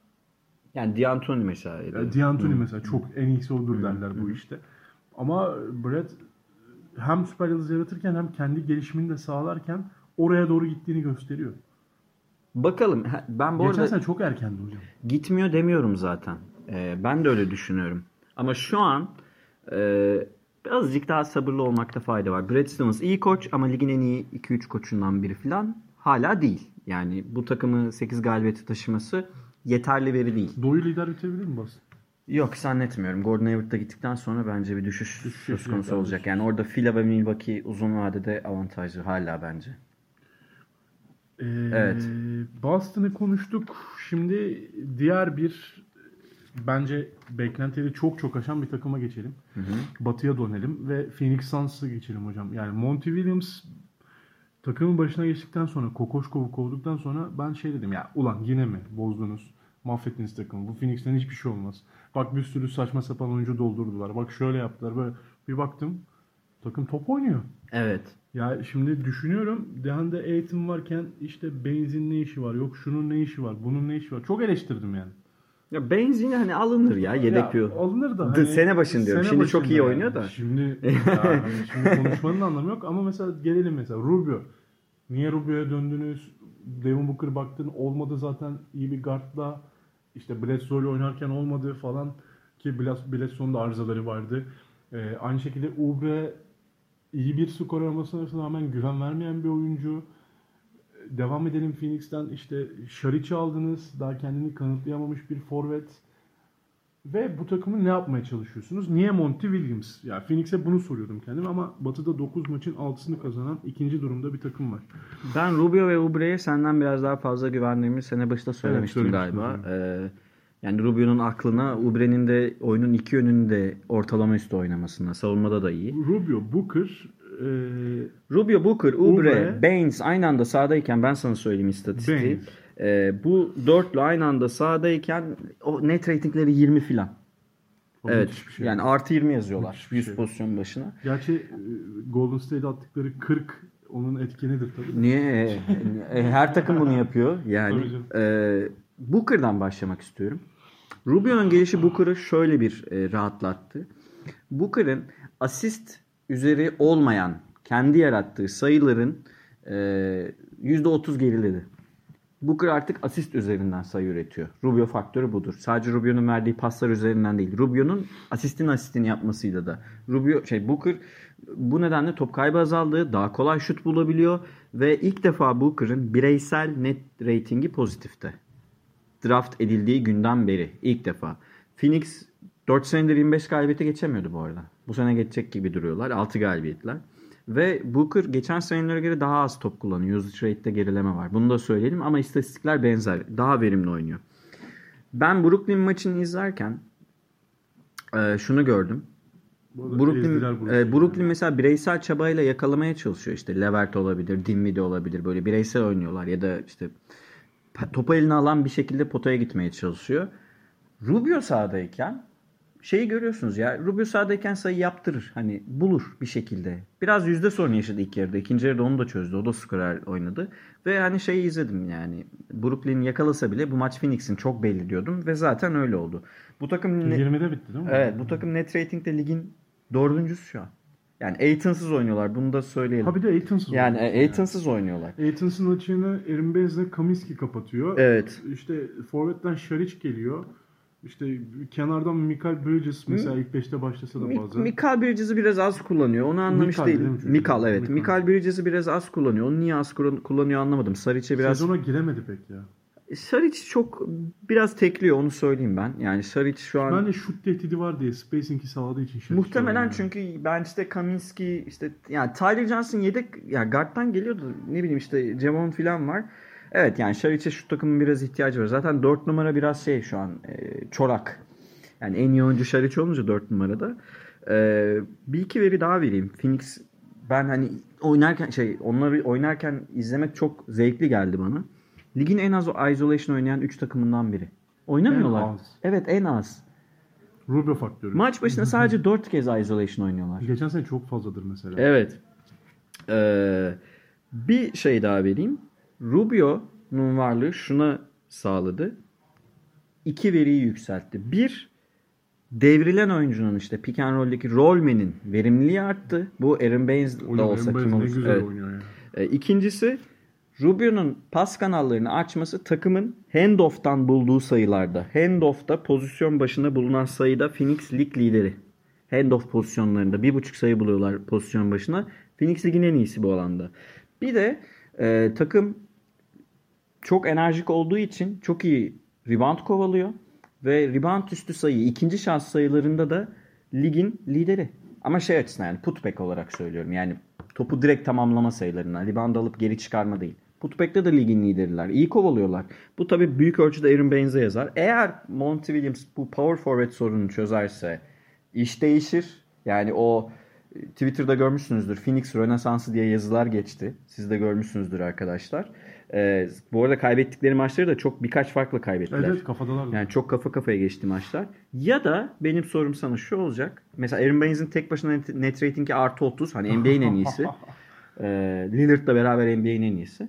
Yani D'Antoni mesela. Yani D'Antoni mesela çok en iyisi odur derler bu işte. Ama Brad hem süper yıldız yaratırken hem kendi gelişimini de sağlarken oraya doğru gittiğini gösteriyor. Bakalım. Ha, Ben bu Geçen arada sene çok erkendi hocam. gitmiyor demiyorum zaten. Ee, ben de öyle düşünüyorum. Ama şu an e, birazcık daha sabırlı olmakta fayda var. Brad Stevens iyi koç ama ligin en iyi iki üç koçundan biri falan hala değil. Yani bu takımı sekiz galibiyete taşıması yeterli veri değil. Doğu'yu lider bitirebilir mi Boston? Yok zannetmiyorum. Gordon Hayward da gittikten sonra bence bir düşüş, Düşüş söz yaşayacak konusu abi. olacak. Yani orada Fila ve Milwaukee uzun vadede avantajlı hala bence. Ee, Evet. Boston'ı konuştuk. Şimdi diğer bir bence beklentileri çok çok aşan bir takıma geçelim. Hı hı. Batı'ya dönelim ve Phoenix Suns'a geçelim hocam. Yani Monty Williams takımın başına geçtikten sonra, Kokoşkov'u kovduktan sonra ben şey dedim ya ulan yine mi bozdunuz? Mahvettiniz takımı. Bu Phoenix'ten hiçbir şey olmaz. Bak bir sürü saçma sapan oyuncu doldurdular. Bak şöyle yaptılar. Böyle bir baktım takım top oynuyor. Evet. Ya şimdi düşünüyorum DeAndre Ayton varken işte Benzin ne işi var? Yok şunun ne işi var? Bunun ne işi var? Çok eleştirdim yani. Ya benzin hani alınır ya yedek Ya, piyo. alınır da. D- Hani, sene başın diyorum. Şimdi çok iyi yani. oynuyor da. Şimdi, ya, hani şimdi konuşmanın anlamı yok ama mesela gelelim mesela Rubio. Niye Rubio'ya döndünüz? Devin Booker baktın olmadı zaten iyi bir guardla. İşte Bledsoe'yla oynarken olmadı falan ki Bledsoe'nun da arızaları vardı. Ee, aynı şekilde Oubre iyi bir skor olmasına rağmen güven vermeyen bir oyuncu. Devam edelim Phoenix'ten işte Şariç'i aldınız. Daha kendini kanıtlayamamış bir forvet. Ve bu takımı ne yapmaya çalışıyorsunuz? Niye Monty Williams? Ya Phoenix'e bunu soruyordum kendime ama Batı'da dokuz maçın altısını kazanan ikinci durumda bir takım var. Ben Rubio ve Oubre'ye senden biraz daha fazla güvendiğimi sene başında söylemiştim Evet, galiba. Ee, yani Rubio'nun aklına Oubre'nin de oyunun iki yönünü de ortalama üstü oynamasına. Savunmada da iyi. Rubio, Booker, e, Rubio, Booker, Oubre, Oubre, Baines aynı anda sahadayken ben sana söyleyeyim istatistiği. Baines. Ee, bu dörtlü aynı anda sahadayken o net ratingleri yirmi filan. O Evet. müthiş bir şey. Yani artı yirmi yazıyorlar Müthiş bir yüz şey. pozisyon başına. Gerçi e, Golden State attıkları kırk onun etkenidir tabii. Niye? E, Her takım bunu yapıyor. Yani Tabii canım. e, Booker'dan başlamak istiyorum. Rubio'nun gelişi Booker'ı şöyle bir e, rahatlattı. Booker'ın asist üzeri olmayan kendi yarattığı sayıların e, yüzde otuz geriledi. Booker artık asist üzerinden sayı üretiyor. Rubio faktörü budur. Sadece Rubio'nun verdiği paslar üzerinden değil. Rubio'nun asistin asistini yapmasıyla da. Rubio şey Booker bu nedenle top kaybı azaldı. Daha kolay şut bulabiliyor ve ilk defa Booker'ın bireysel net ratingi pozitifte. Draft edildiği günden beri ilk defa. Phoenix dört senedir yirmi beş galibiyete geçemiyordu bu arada. Bu sene geçecek gibi duruyorlar. altı galibiyetler. Ve Booker geçen senelere göre daha az top kullanıyor. Usage rate'de gerileme var. Bunu da söyleyelim ama istatistikler benzer. Daha verimli oynuyor. Ben Brooklyn maçını izlerken e, şunu gördüm. Brooklyn, e, Brooklyn mesela bireysel çabayla yakalamaya çalışıyor. İşte Levert olabilir, Dinwiddie olabilir. Böyle bireysel oynuyorlar ya da işte topu eline alan bir şekilde potaya gitmeye çalışıyor. Rubio sahadayken şeyi görüyorsunuz ya. Rubio sahadayken sayı yaptırır. Hani bulur bir şekilde. Biraz yüzde sorun yaşadı ilk yarıda. İkinci yarıda onu da çözdü. O da skorer oynadı. Ve hani şeyi izledim yani. Brooklyn yakalasa bile bu maç Phoenix'in çok belli diyordum. Ve zaten öyle oldu. Bu takım ne... yirmide bitti değil mi? Evet. Bu takım net rating'de ligin dördüncüsü şu an. Yani Ayton'sız oynuyorlar. Bunu da söyleyelim. Ha bir de Ayton'sız Yani Ayton'sız yani. oynuyorlar. Ayton'sın açığını Aaron Baines'le Kaminsky kapatıyor. Evet. İşte forvetten Šarić geliyor. İşte kenardan Mikal Bridges mesela Hı? ilk beşte başlasa da bazen. Mikal Bridges'i biraz az kullanıyor. Onu anlamış Mikal, değilim. Mikal evet. Mikal, Mikal Bridges'i biraz az kullanıyor. Onu niye az kullanıyor anlamadım. Saric'e biraz... Sezona giremedi pek ya. Saric çok biraz tekliyor onu söyleyeyim ben. Yani Saric şu an... Bence şut tehdidi var diye spacing'i sağladığı için Šaric. Muhtemelen yani. Çünkü ben işte Kaminsky işte yani Tyler Johnson yedek yani guard'dan geliyordu. Ne bileyim işte Javon falan var. Evet yani Šarić'e şu takımın biraz ihtiyacı var. Zaten dört numara biraz şey şu an e, çorak. Yani en iyi oyuncu Šarić olunca dört numarada. E, bir iki veri daha vereyim. Phoenix ben hani oynarken şey onları oynarken izlemek çok zevkli geldi bana. Ligin en az isolation oynayan üç takımından biri. Oynamıyorlar. En az. Evet en az. Rubio faktörü. Maç başına sadece dört kez isolation oynuyorlar. Geçen sene çok fazladır mesela. Evet. Ee, bir şey daha vereyim. Rubio'nun varlığı şuna sağladı. İki veriyi yükseltti. Bir, devrilen oyuncunun işte pick and roll'deki rollman'in verimliliği arttı. Bu Aaron Baines de olsa Aaron kim olursa. Ne güzel evet. oynuyor ya. Ee, ikincisi Rubio'nun pas kanallarını açması takımın handoff'tan bulduğu sayılarda. Handoff'ta pozisyon başına bulunan sayıda Phoenix lig lideri. Handoff pozisyonlarında bir buçuk sayı buluyorlar pozisyon başına. Phoenix ligin en iyisi bu alanda. Bir de e, takım çok enerjik olduğu için çok iyi rebound kovalıyor. Ve rebound üstü sayı ikinci şans sayılarında da ligin lideri. Ama şey açısından yani putback olarak söylüyorum. Yani topu direkt tamamlama sayılarından. Rebound alıp geri çıkarma değil. Putback'te de ligin lideriler. İyi kovalıyorlar. Bu tabii büyük ölçüde Aaron Baines'e yazar. Eğer Monty Williams bu power forward sorununu çözerse iş değişir. Yani o Twitter'da görmüşsünüzdür. Phoenix Rönesansı diye yazılar geçti. Siz de görmüşsünüzdür arkadaşlar. Ee, bu arada kaybettikleri maçları da çok birkaç farklı kaybettiler. Evet kafadalar. Yani çok kafa kafaya geçti maçlar. Ya da benim sorum sana şu olacak. Mesela Aaron Baines'in tek başına net, net ratingi artı otuz. Hani N B A'nin en iyisi. ee, Lillard'la beraber N B A'nin en iyisi.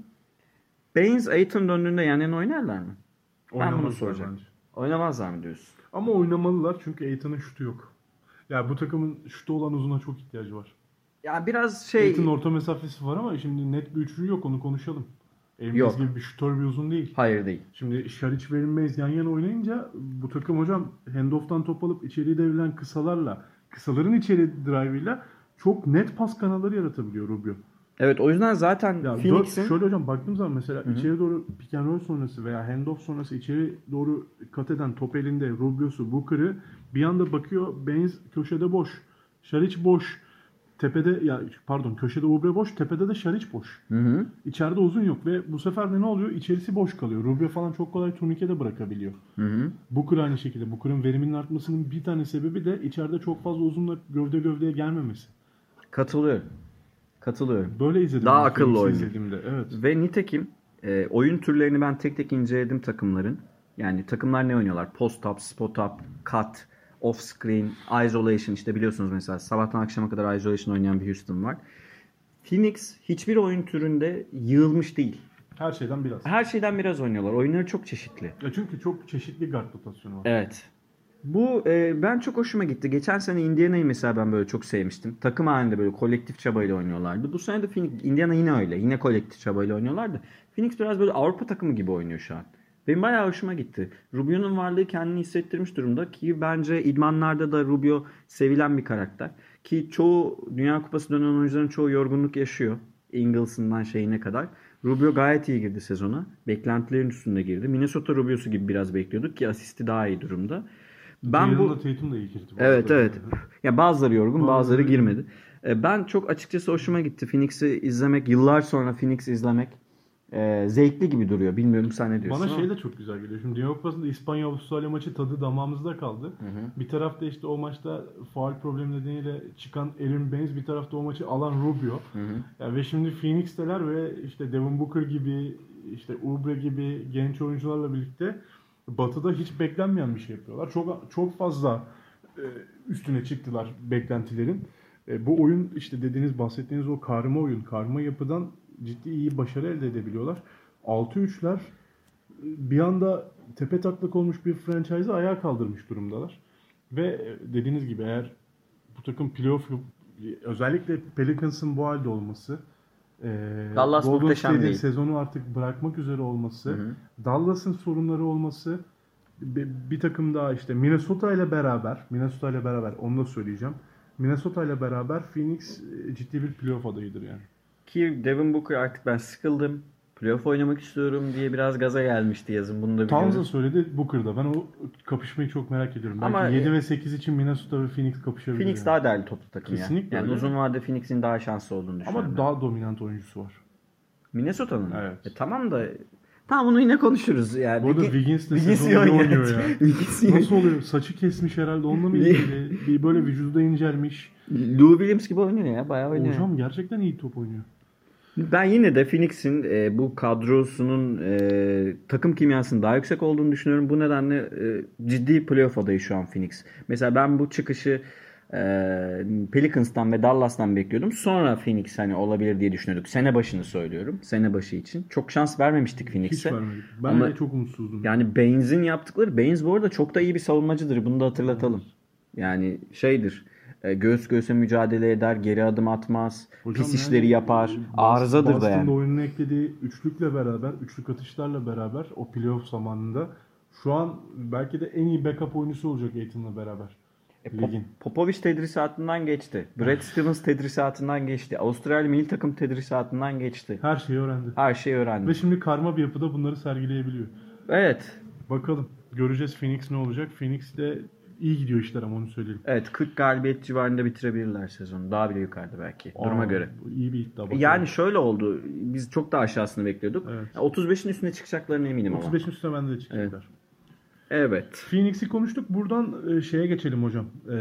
Baines Ayton döndüğünde yan yana oynarlar mı? Ben bunu soracağım. Bence. Oynamazlar mı diyorsun? Ama oynamalılar çünkü Ayton'un şutu yok. Yani bu takımın şutu olan uzuna çok ihtiyacı var. Ya biraz şey... Ayton'un orta mesafesi var ama şimdi net bir üçlü yok, onu konuşalım. Elimiz gibi bir şutör bir uzun değil. Hayır değil. Şimdi Šarić ve Aaron Baines yan yana oynayınca bu takım hocam handoff'tan top alıp içeriye devrilen kısalarla, kısaların içeri drive'ıyla çok net pas kanalları yaratabiliyor Rubio. Evet o yüzden zaten ya Phoenix'in... Şöyle hocam baktığım zaman mesela Hı-hı. içeri doğru pick and roll sonrası veya handoff sonrası içeri doğru kat eden top elinde Rubio'su, Booker'ı bir anda bakıyor Baines köşede boş. Šarić boş. Tepede ya pardon köşede Rubio boş, tepede de Šarić boş. Hı hı. İçeride uzun yok ve bu sefer de ne oluyor? İçerisi boş kalıyor. Rubio falan çok kolay turnike de bırakabiliyor. Hı hı. Booker aynı şekilde. Booker'ın veriminin artmasının bir tane sebebi de içeride çok fazla uzunla gövde gövdeye gelmemesi. Katılıyorum. Katılıyorum. Böyle izledim. Daha akıllı oyun. Evet. Ve nitekim e, oyun türlerini ben tek tek inceledim takımların. Yani takımlar ne oynuyorlar? Post up, spot up, cut, off screen, isolation, işte biliyorsunuz mesela sabahtan akşama kadar isolation oynayan bir Houston var. Phoenix hiçbir oyun türünde yığılmış değil. Her şeyden biraz. Her şeyden biraz oynuyorlar. Oyunları çok çeşitli. Ya çünkü çok çeşitli guard rotasyonu var. Evet. Bu e, ben çok hoşuma gitti. Geçen sene Indiana'yı mesela ben böyle çok sevmiştim. Takım halinde böyle kolektif çabayla oynuyorlardı. Bu sene de Phoenix, Indiana yine öyle. Yine kolektif çabayla oynuyorlardı. Phoenix biraz böyle Avrupa takımı gibi oynuyor şu an. Benim bayağı hoşuma gitti. Rubio'nun varlığı kendini hissettirmiş durumda ki bence idmanlarda da Rubio sevilen bir karakter. Ki çoğu Dünya Kupası dönen oyuncuların çoğu yorgunluk yaşıyor. Ingles'ından şeyine kadar. Rubio gayet iyi girdi sezona. Beklentilerin üstünde girdi. Minnesota Rubio'su gibi biraz bekliyorduk ki asisti daha iyi durumda. Ben bu Tatum da iyi girdi. Evet evet. Ya bazıları yorgun, bazıları, Bazıları girmedi. E, Ben çok açıkçası hoşuma gitti. Phoenix'i izlemek, yıllar sonra Phoenix izlemek e, zevkli gibi duruyor. Bilmiyorum sen ne diyorsun? Bana ama. şey de çok güzel geliyor. Şimdi Dünya Kupası'nda İspanya-Avustralya maçı tadı damağımızda kaldı. Hı hı. Bir tarafta işte o maçta faul problemi nedeniyle çıkan Aaron Baines, bir tarafta o maçı alan Rubio. Hı hı. Yani ve şimdi Phoenix'teler ve işte Devin Booker gibi, işte Oubre gibi genç oyuncularla birlikte Batı'da hiç beklenmeyen bir şey yapıyorlar. Çok çok fazla e, üstüne çıktılar beklentilerin. E, bu oyun işte dediğiniz, bahsettiğiniz o karma oyun, karma yapıdan ciddi iyi başarı elde edebiliyorlar. altı üçler bir anda tepe taklak olmuş bir franchise'ı ayağa kaldırmış durumdalar. Ve dediğiniz gibi eğer bu takım playoff, özellikle Pelicans'ın bu halde olması, e, Dallas Golden muhteşem State'in değil. sezonu artık bırakmak üzere olması, Hı hı. Dallas'ın sorunları olması, bir, bir takım daha işte Minnesota ile beraber, Minnesota ile beraber onu da söyleyeceğim. Minnesota ile beraber Phoenix e, ciddi bir playoff adayıdır yani. Ki Devin Booker artık ben sıkıldım. Playoff oynamak istiyorum diye biraz gaza gelmişti yazın. Bunu da biliyorum. Towns da söyledi, Booker'da. Ben o kapışmayı çok merak ediyorum. Belki Ama yedi ve sekiz için Minnesota ve Phoenix kapışabilir. Phoenix yani. daha değerli toplu takım Kesinlikle ya. Yani öyle. uzun vadede Phoenix'in daha şanslı olduğunu düşünüyorum. Ama ben. daha dominant oyuncusu var. Minnesota'nın mı? Evet. E, tamam da tamam bunu yine konuşuruz yani. Bu arada Wigg- Wiggins de Wiggins sezonu iyi iyi oynuyor oynadı. ya. Wiggins iyi Nasıl oluyor? Saçı kesmiş herhalde. Onunla mı ilgili? Bir böyle vücudu da incelmiş. Lou Williams gibi oynuyor ya. Bayağı oynuyor. Hocam gerçekten iyi top oynuyor. Ben yine de Phoenix'in e, bu kadrosunun e, takım kimyasının daha yüksek olduğunu düşünüyorum. Bu nedenle e, ciddi playoff adayı şu an Phoenix. Mesela ben bu çıkışı e, Pelicans'tan ve Dallas'tan bekliyordum. Sonra Phoenix hani olabilir diye düşünüyorduk. Sene başını söylüyorum. Sene başı için. Çok şans vermemiştik Hiç Phoenix'e. vermedik. Ben Ama- de çok umutsuzdum. Yani Baines'in yaptıkları, Baines bu arada çok da iyi bir savunmacıdır. Bunu da hatırlatalım. Yani şeydir. e, Göğüs göğüse mücadele eder, geri adım atmaz, Hocam pis yani, işleri yapar, Boston- arızadır da Boston'da yani. oyununa eklediği üçlükle beraber, üçlük atışlarla beraber o playoff zamanında şu an belki de en iyi backup oyuncusu olacak Aiton'la beraber. E, Pop- Ligin. Popovic tedrisatından geçti. Brad Stevens tedrisatından geçti. Avustralya milli takım tedrisatından geçti. Her şeyi öğrendi. Her şeyi öğrendi. Ve şimdi karma bir yapıda bunları sergileyebiliyor. Evet. Bakalım. Göreceğiz Phoenix ne olacak. Phoenix'te iyi gidiyor işler ama onu söyleyelim. Evet, kırk galibiyet civarında bitirebilirler sezonu. Daha bile yukarıda belki. Duruma Aa, göre. İyi bir iddia. Bakalım. Yani şöyle oldu. Biz çok daha aşağısını bekliyorduk. Evet. otuz beşin üstüne çıkacaklarına eminim ama. otuz beşin üstüne bende de çıkacaklar. Evet. Phoenix'i konuştuk. Buradan e, şeye geçelim hocam. E,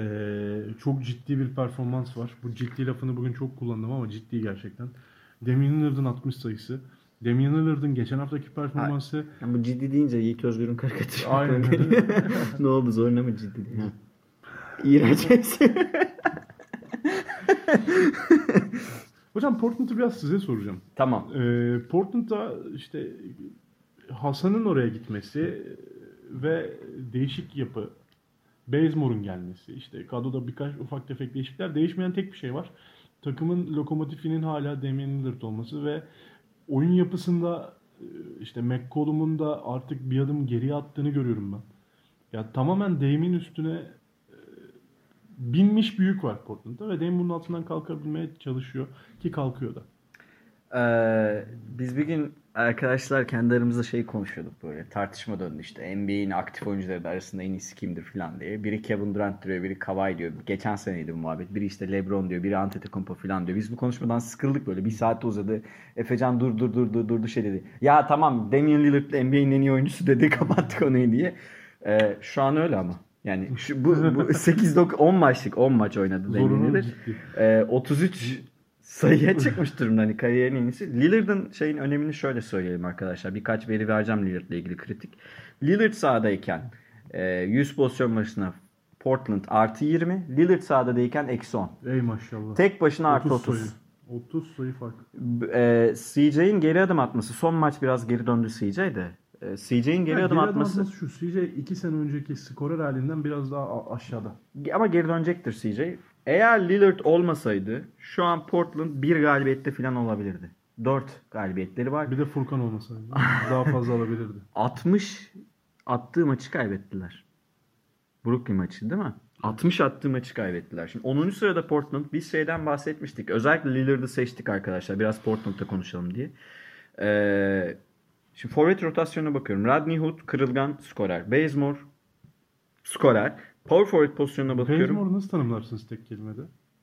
çok ciddi bir performans var. Bu ciddi lafını bugün çok kullandım ama ciddi gerçekten. Damian Lillard'ın altmış sayısı. Damian Lillard'ın geçen haftaki performansı. Yani bu ciddi deyince Yiğit Özgür'ün karikatürü. Aynen. Ne oldu, zoruna mı ciddi değil? İğrenç hepsi. Hocam Portland'ı biraz size soracağım. Tamam. E, Portland'da işte Hasan'ın oraya gitmesi ve değişik yapı, Bazemore'un gelmesi, işte kadroda birkaç ufak tefek değişiklikler, değişmeyen tek bir şey var. Takımın lokomotifinin hala Damian Lillard olması ve oyun yapısında işte McCollum'un da artık bir adım geriye attığını görüyorum ben. Ya tamamen Damian üstüne e, binmiş bir yük var Portland'da ve Damian bunun altından kalkabilmeye çalışıyor ki kalkıyor da. Ee, biz bir gün arkadaşlar kendi aramızda şey konuşuyorduk, böyle tartışma döndü işte N B A'in aktif oyuncuları arasında en iyisi kimdir falan diye. Biri Kevin Durant diyor, biri Kawhi diyor. Geçen seneydi bu muhabbet. Biri işte LeBron diyor, biri Antetokounmpo falan diyor. Biz bu konuşmadan sıkıldık, böyle bir saat uzadı. Efecan dur dur dur dur durdu şey dedi. Ya tamam, Damian Lillard N B A'in en iyi oyuncusu dedi, kapattık konuyu diye. Ee, şu an öyle ama. Yani şu, bu, bu sekiz dokuz on maçlık on maç oynadı Damian Zorunlu Lillard. ciddi. Ee, otuz üç sayıya çıkmış durumda, hani kariyerin en iyisi. Lillard'ın şeyin önemini şöyle söyleyelim arkadaşlar. Birkaç veri vereceğim Lillard'la ilgili kritik. Lillard sahadayken e, yüz pozisyon başına Portland artı yirmi. Lillard sahadayken eksi on. Ey maşallah. Tek başına artı otuz sayı. otuz. otuz sayı fark. E, C J'in geri adım atması. Son maç biraz geri döndü C J de. e, C J'nin geri Yani adım geri atması şu. C J iki sene önceki skorer halinden biraz daha a- aşağıda. ama geri dönecektir C J. Eğer Lillard olmasaydı şu an Portland bir galibiyette falan olabilirdi. dört galibiyetleri var. Bir de Furkan olmasaydı daha fazla alabilirdi. altmış attığı maçı kaybettiler. Brooklyn maçı değil mi? altmış attığı maçı kaybettiler. Şimdi onuncu sırada Portland. Biz şeyden bahsetmiştik. Özellikle Lillard'ı seçtik arkadaşlar. Biraz Portland'da konuşalım diye. Ee, şimdi forvet rotasyonuna bakıyorum. Rodney Hood kırılgan skorer. Bazemore skorer. Power forward pozisyonuna bakıyorum. Bazemore'u nasıl tanımlarsınız tek kelimede?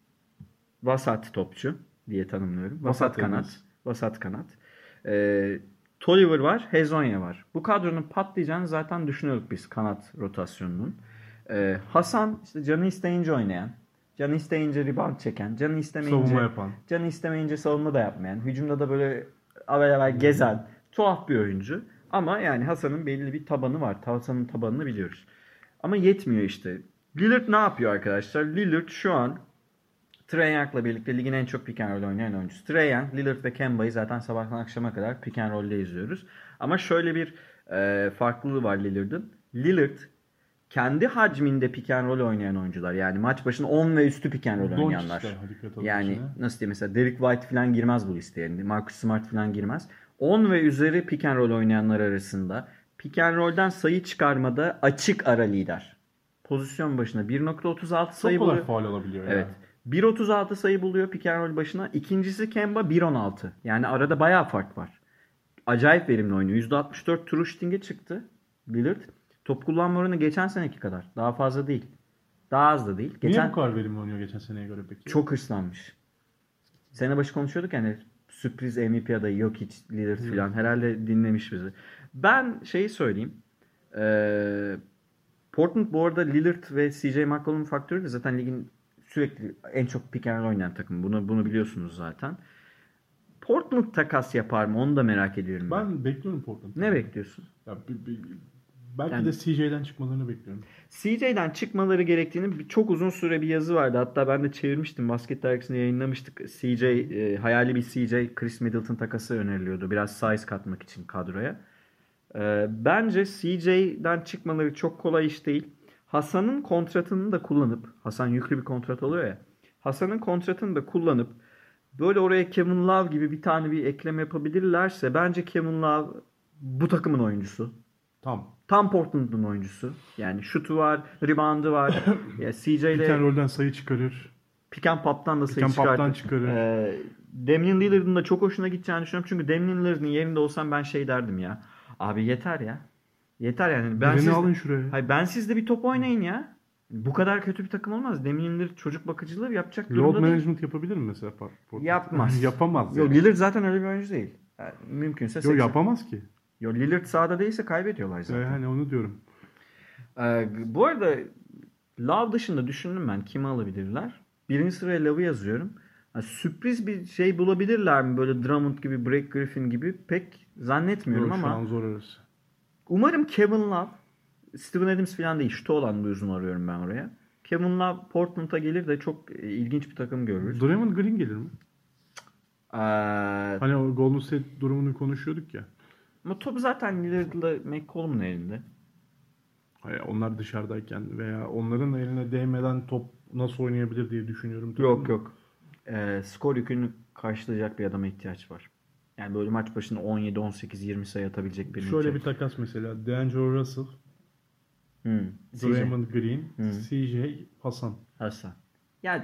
Vasat topçu diye tanımlıyorum. Vasat, Vasat kanat. dediniz. Vasat kanat. Ee, Tolliver var. Hezonya var. Bu kadronun patlayacağını zaten düşünüyorduk biz kanat rotasyonunun. Ee, Hasan işte canı isteyince oynayan, canı isteyince rebound çeken, canı istemeyince Savunma yapan. canı istemeyince savunma da yapmayan, hücumda da böyle avel avel gezen tuhaf bir oyuncu. Ama yani Hasan'ın belli bir tabanı var. Hasan'ın tabanını biliyoruz. Ama yetmiyor işte. Lillard ne yapıyor arkadaşlar? Lillard şu an Trae Young'la birlikte ligin en çok pick and roll oynayan oyuncusu. Trae Young, Lillard ve Kemba'yı zaten sabahtan akşama kadar pick and roll'de izliyoruz. Ama şöyle bir e, farklılığı var Lillard'ın. Lillard kendi hacminde pick and roll oynayan oyuncular. Yani maç başına on ve üstü pick and roll Doncic oynayanlar. de, hadi dikkat alın Yani içine. nasıl diyeyim mesela Derek White falan girmez bu listeye. Yani Marcus Smart falan girmez. on ve üzeri pick and roll oynayanlar arasında pick and roll'den sayı çıkarmada açık ara lider. Pozisyon başına bir nokta otuz altı sayı Çok kolay buluyor. faul olabiliyor Evet. yani. bir nokta otuz altı sayı buluyor pick and roll başına. İkincisi Kemba bir nokta on altı. Yani arada bayağı fark var. Acayip verimli oynuyor. yüzde altmış dört true shooting'e çıktı Lillard. Top kullanma oranı geçen seneki kadar. Daha fazla değil. Daha az da değil. Geçen Niye bu kadar verimli oynuyor geçen seneye göre peki? çok hırslanmış. Sene başı konuşuyorduk yani sürpriz M V P adayı yok hiç Lillard Hmm. falan. Herhalde dinlemiş bizi. Ben şeyi söyleyeyim. Ee, Portland bu arada Lillard ve C J McCollum faktörü de zaten ligin sürekli en çok pick and roll oynayan takım. Bunu bunu biliyorsunuz zaten. Portland takas yapar mı? Onu da merak ediyorum. Ben. Ben bekliyorum Portland'ı. Ne bekliyorsun? Ya, bir- bir- belki Yani- de C J'den çıkmalarını bekliyorum. C J'den çıkmaları gerektiğini bir- çok uzun süre bir yazı vardı. Hatta ben de çevirmiştim. Basket dergisinde yayınlamıştık. C J e, hayali bir C J Chris Middleton takası öneriliyordu. Biraz size katmak için kadroya. E, bence C J'den çıkmaları çok kolay iş değil. Hasan'ın kontratını da kullanıp Hasan yüklü bir kontrat oluyor ya. Hasan'ın kontratını da kullanıp böyle oraya Kevin Love gibi bir tane bir ekleme yapabilirlerse bence Kevin Love bu takımın oyuncusu. Tam. Tam Portland'ın oyuncusu. Yani şutu var, reboundu var. ya C J Pick ile and roll'den sayı çıkarır. pick and pop'tan da Pick sayı and pop'tan çıkartır. çıkarır. Ee, Damian Lillard'ın da çok hoşuna gideceğini düşünüyorum. Çünkü Damian Lillard'ın yerinde olsam ben şey derdim ya. Abi yeter ya. Yeter yani. Ben Birini siz, alın şuraya. hayır, ben siz de bir top oynayın ya. Bu kadar kötü bir takım olmaz. Damian Lillard çocuk bakıcılığı yapacak Load durumda değil. management yapabilir mi mesela Portland? Yapmaz. Yapamaz. Yok yani. Lillard zaten öyle bir oyuncu değil. Yani mümkünse Yok seksen. yapamaz ki. Yok Lillard sahada değilse kaybediyorlar zaten. Yani hani onu diyorum. Ee, bu arada Love dışında düşündüm ben kimi alabilirler. Birinci sıraya Love'ı yazıyorum. Yani sürpriz bir şey bulabilirler mi? Böyle Drummond gibi, Blake Griffin gibi pek zannetmiyorum Yok, şu ama an zor arası. umarım Kevin Love, Steven Adams falan değil. Şutu olan bir uzun arıyorum ben oraya. Kevin Love Portland'a gelir de çok ilginç bir takım görürüz. Draymond Green gelir mi? Ee, Hani o Golden State durumunu konuşuyorduk ya. ama top zaten Lillard'la McCollum'un elinde. Hayır, onlar dışarıdayken veya onların eline değmeden top nasıl oynayabilir diye düşünüyorum. Yok yok. Ee, skor yükünü karşılayacak bir adama ihtiyaç var. Yani böyle maç başına on yedi, on sekiz, yirmi sayı atabilecek bir Şöyle bir takas mesela. D'Angelo Russell, hmm. C J. Draymond Green, Hmm. C J, Hasan. Hasan. Yani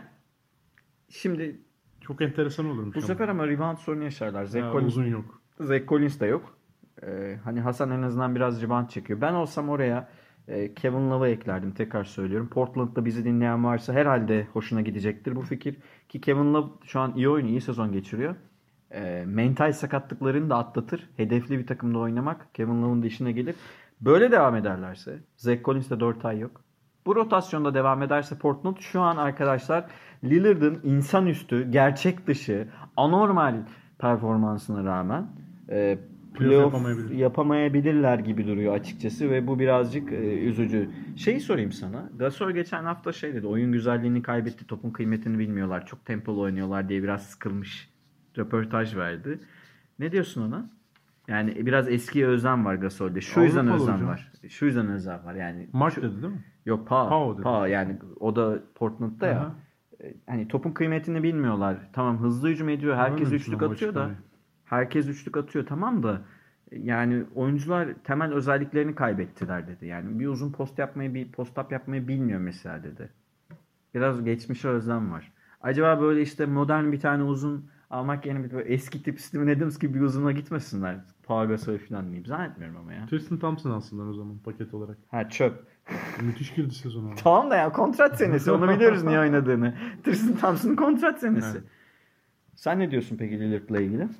şimdi Çok enteresan olurmuş. bu ama. sefer ama rebound sorunu yaşarlar. Zach Ha, Collins, uzun yok. Zach Collins de yok. Ee, hani Hasan en azından biraz rebound çekiyor. Ben olsam oraya e, Kevin Love'ı eklerdim. Tekrar söylüyorum. Portland'da bizi dinleyen varsa herhalde hoşuna gidecektir bu fikir. Ki Kevin Love şu an iyi oynuyor, iyi sezon geçiriyor. E, mental sakatlıklarını da atlatır. Hedefli bir takımda oynamak Kevin Love'ın da işine gelir. Böyle devam ederlerse, Zach Collins'te dört ay yok. Bu rotasyonda devam ederse Portland şu an arkadaşlar Lillard'ın insanüstü, gerçek dışı, anormal performansına rağmen e, playoff yapamayabilir. yapamayabilirler gibi duruyor açıkçası ve bu birazcık e, üzücü. Şeyi sorayım sana. Gasol geçen hafta şey dedi. Oyun güzelliğini kaybetti. Topun kıymetini bilmiyorlar. Çok tempolu oynuyorlar diye biraz sıkılmış. Röportaj verdi. Ne diyorsun ona? Yani biraz eskiye özlem var Gasol'de. Şu yüzden Avrupalı özlem hocam. var. Şu yüzden özlem var yani. Mark Şu- dedi değil mi? Yok Pa. Pau dedi. Pa yani o da Portland'da ya. Aha. E, Hani topun kıymetini bilmiyorlar. Tamam hızlı hücum ediyor. Herkes Görmemiştim üçlük ama atıyor da. açıklamayı. Herkes üçlük atıyor tamam da. e, Yani oyuncular temel özelliklerini kaybettiler dedi. Yani bir uzun post yapmayı, bir post-up yapmayı bilmiyor mesela dedi. Biraz geçmişe özlem var. Acaba böyle işte modern bir tane uzun almak yerine bir böyle eski tip Steven Adams gibi bir uzuna gitmesinler. Pau Gasol falan diyeyim. Zannetmiyorum ama ya. Tristan Thompson alsınlar o zaman paket olarak. Ha çöp. Müthiş girdi sezona. Tamam da ya kontrat senesi. Onu biliyoruz niye oynadığını. Tristan Thompson'ın kontrat senesi. Evet. Sen ne diyorsun peki Lillard'la ilgili? Ya